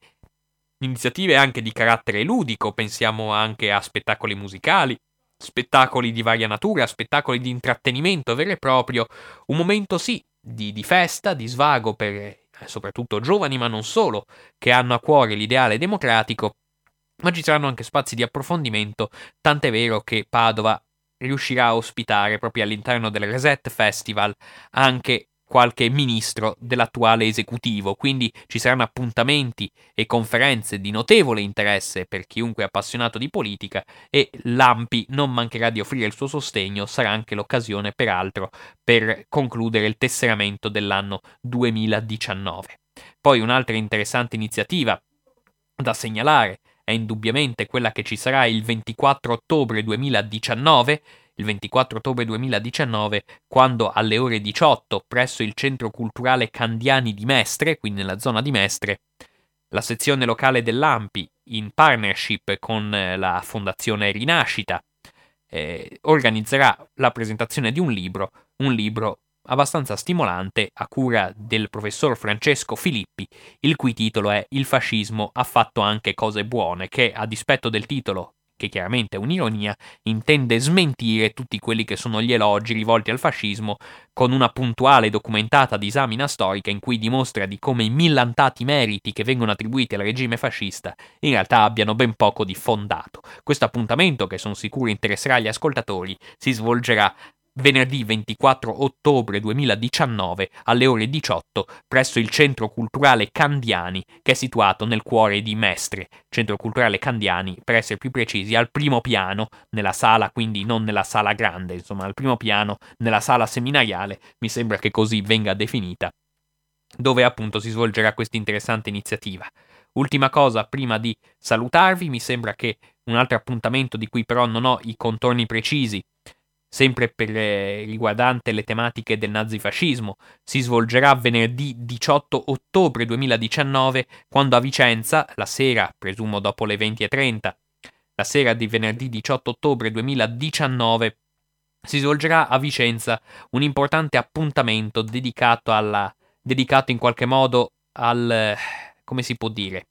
anche di carattere ludico, pensiamo anche a spettacoli musicali, spettacoli di varia natura, spettacoli di intrattenimento vero e proprio, un momento sì di festa, di svago per soprattutto giovani, ma non solo, che hanno a cuore l'ideale democratico, ma ci saranno anche spazi di approfondimento, tant'è vero che Padova riuscirà a ospitare proprio all'interno del Reset Festival anche qualche ministro dell'attuale esecutivo, quindi ci saranno appuntamenti e conferenze di notevole interesse per chiunque appassionato di politica, e l'ANPI non mancherà di offrire il suo sostegno. Sarà anche l'occasione peraltro per concludere il tesseramento dell'anno 2019. Poi un'altra interessante iniziativa da segnalare è indubbiamente quella che ci sarà il 24 ottobre 2019, quando alle ore 18 presso il Centro Culturale Candiani di Mestre, quindi nella zona di Mestre, La sezione locale dell'ANPI, in partnership con la Fondazione Rinascita, organizzerà la presentazione di un libro abbastanza stimolante a cura del professor Francesco Filippi, il cui titolo è Il fascismo ha fatto anche cose buone, che a dispetto del titolo, che chiaramente è un'ironia, intende smentire tutti quelli che sono gli elogi rivolti al fascismo con una puntuale e documentata disamina storica in cui dimostra di come i millantati meriti che vengono attribuiti al regime fascista in realtà abbiano ben poco di fondato. Questo appuntamento, che sono sicuro interesserà gli ascoltatori, si svolgerà venerdì 24 ottobre 2019 alle ore 18 presso il Centro Culturale Candiani, che è situato nel cuore di Mestre. Centro Culturale Candiani, per essere più precisi, al primo piano, nella sala, quindi non nella sala grande, insomma al primo piano, nella sala seminariale, mi sembra che così venga definita, dove appunto si svolgerà questa interessante iniziativa. Ultima cosa, prima di salutarvi, mi sembra che un altro appuntamento di cui però non ho i contorni precisi, sempre per riguardante le tematiche del nazifascismo, si svolgerà venerdì 18 ottobre 2019, quando a Vicenza, la sera, presumo dopo le 20:30, la sera di venerdì 18 ottobre 2019, si svolgerà a Vicenza un importante appuntamento dedicato in qualche modo al, come si può dire,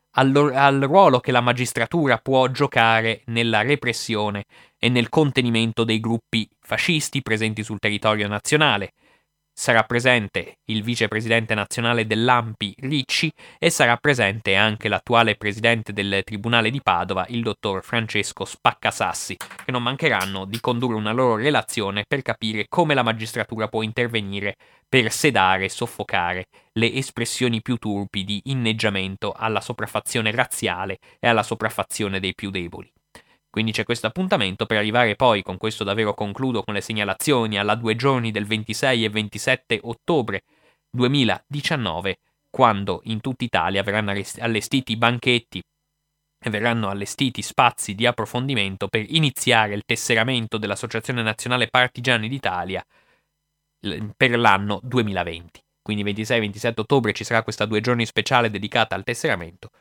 al ruolo che la magistratura può giocare nella repressione e nel contenimento dei gruppi fascisti presenti sul territorio nazionale. Sarà presente il vicepresidente nazionale dell'ANPI Ricci e sarà presente anche l'attuale presidente del Tribunale di Padova, il dottor Francesco Spaccasassi, che non mancheranno di condurre una loro relazione per capire come la magistratura può intervenire per sedare e soffocare le espressioni più turpi di inneggiamento alla sopraffazione razziale e alla sopraffazione dei più deboli. Quindi c'è questo appuntamento per arrivare poi, con questo davvero concludo con le segnalazioni, alla 2 giorni del 26 e 27 ottobre 2019, quando in tutta Italia verranno allestiti banchetti e verranno allestiti spazi di approfondimento per iniziare il tesseramento dell'Associazione Nazionale Partigiani d'Italia per l'anno 2020. Quindi 26-27 ottobre ci sarà questa 2 giorni speciale dedicata al tesseramento.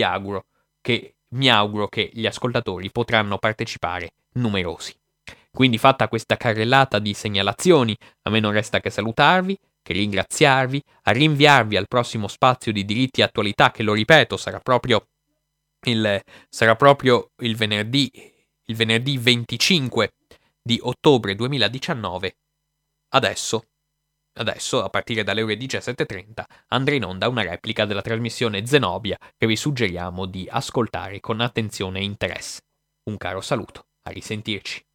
Mi auguro che gli ascoltatori potranno partecipare numerosi. Quindi, fatta questa carrellata di segnalazioni, a me non resta che salutarvi, che ringraziarvi, a rinviarvi al prossimo spazio di diritti e attualità, che, lo ripeto, sarà proprio il venerdì 25 di ottobre 2019. Adesso, a partire dalle ore 17:30, andrà in onda una replica della trasmissione Zenobia che vi suggeriamo di ascoltare con attenzione e interesse. Un caro saluto, a risentirci.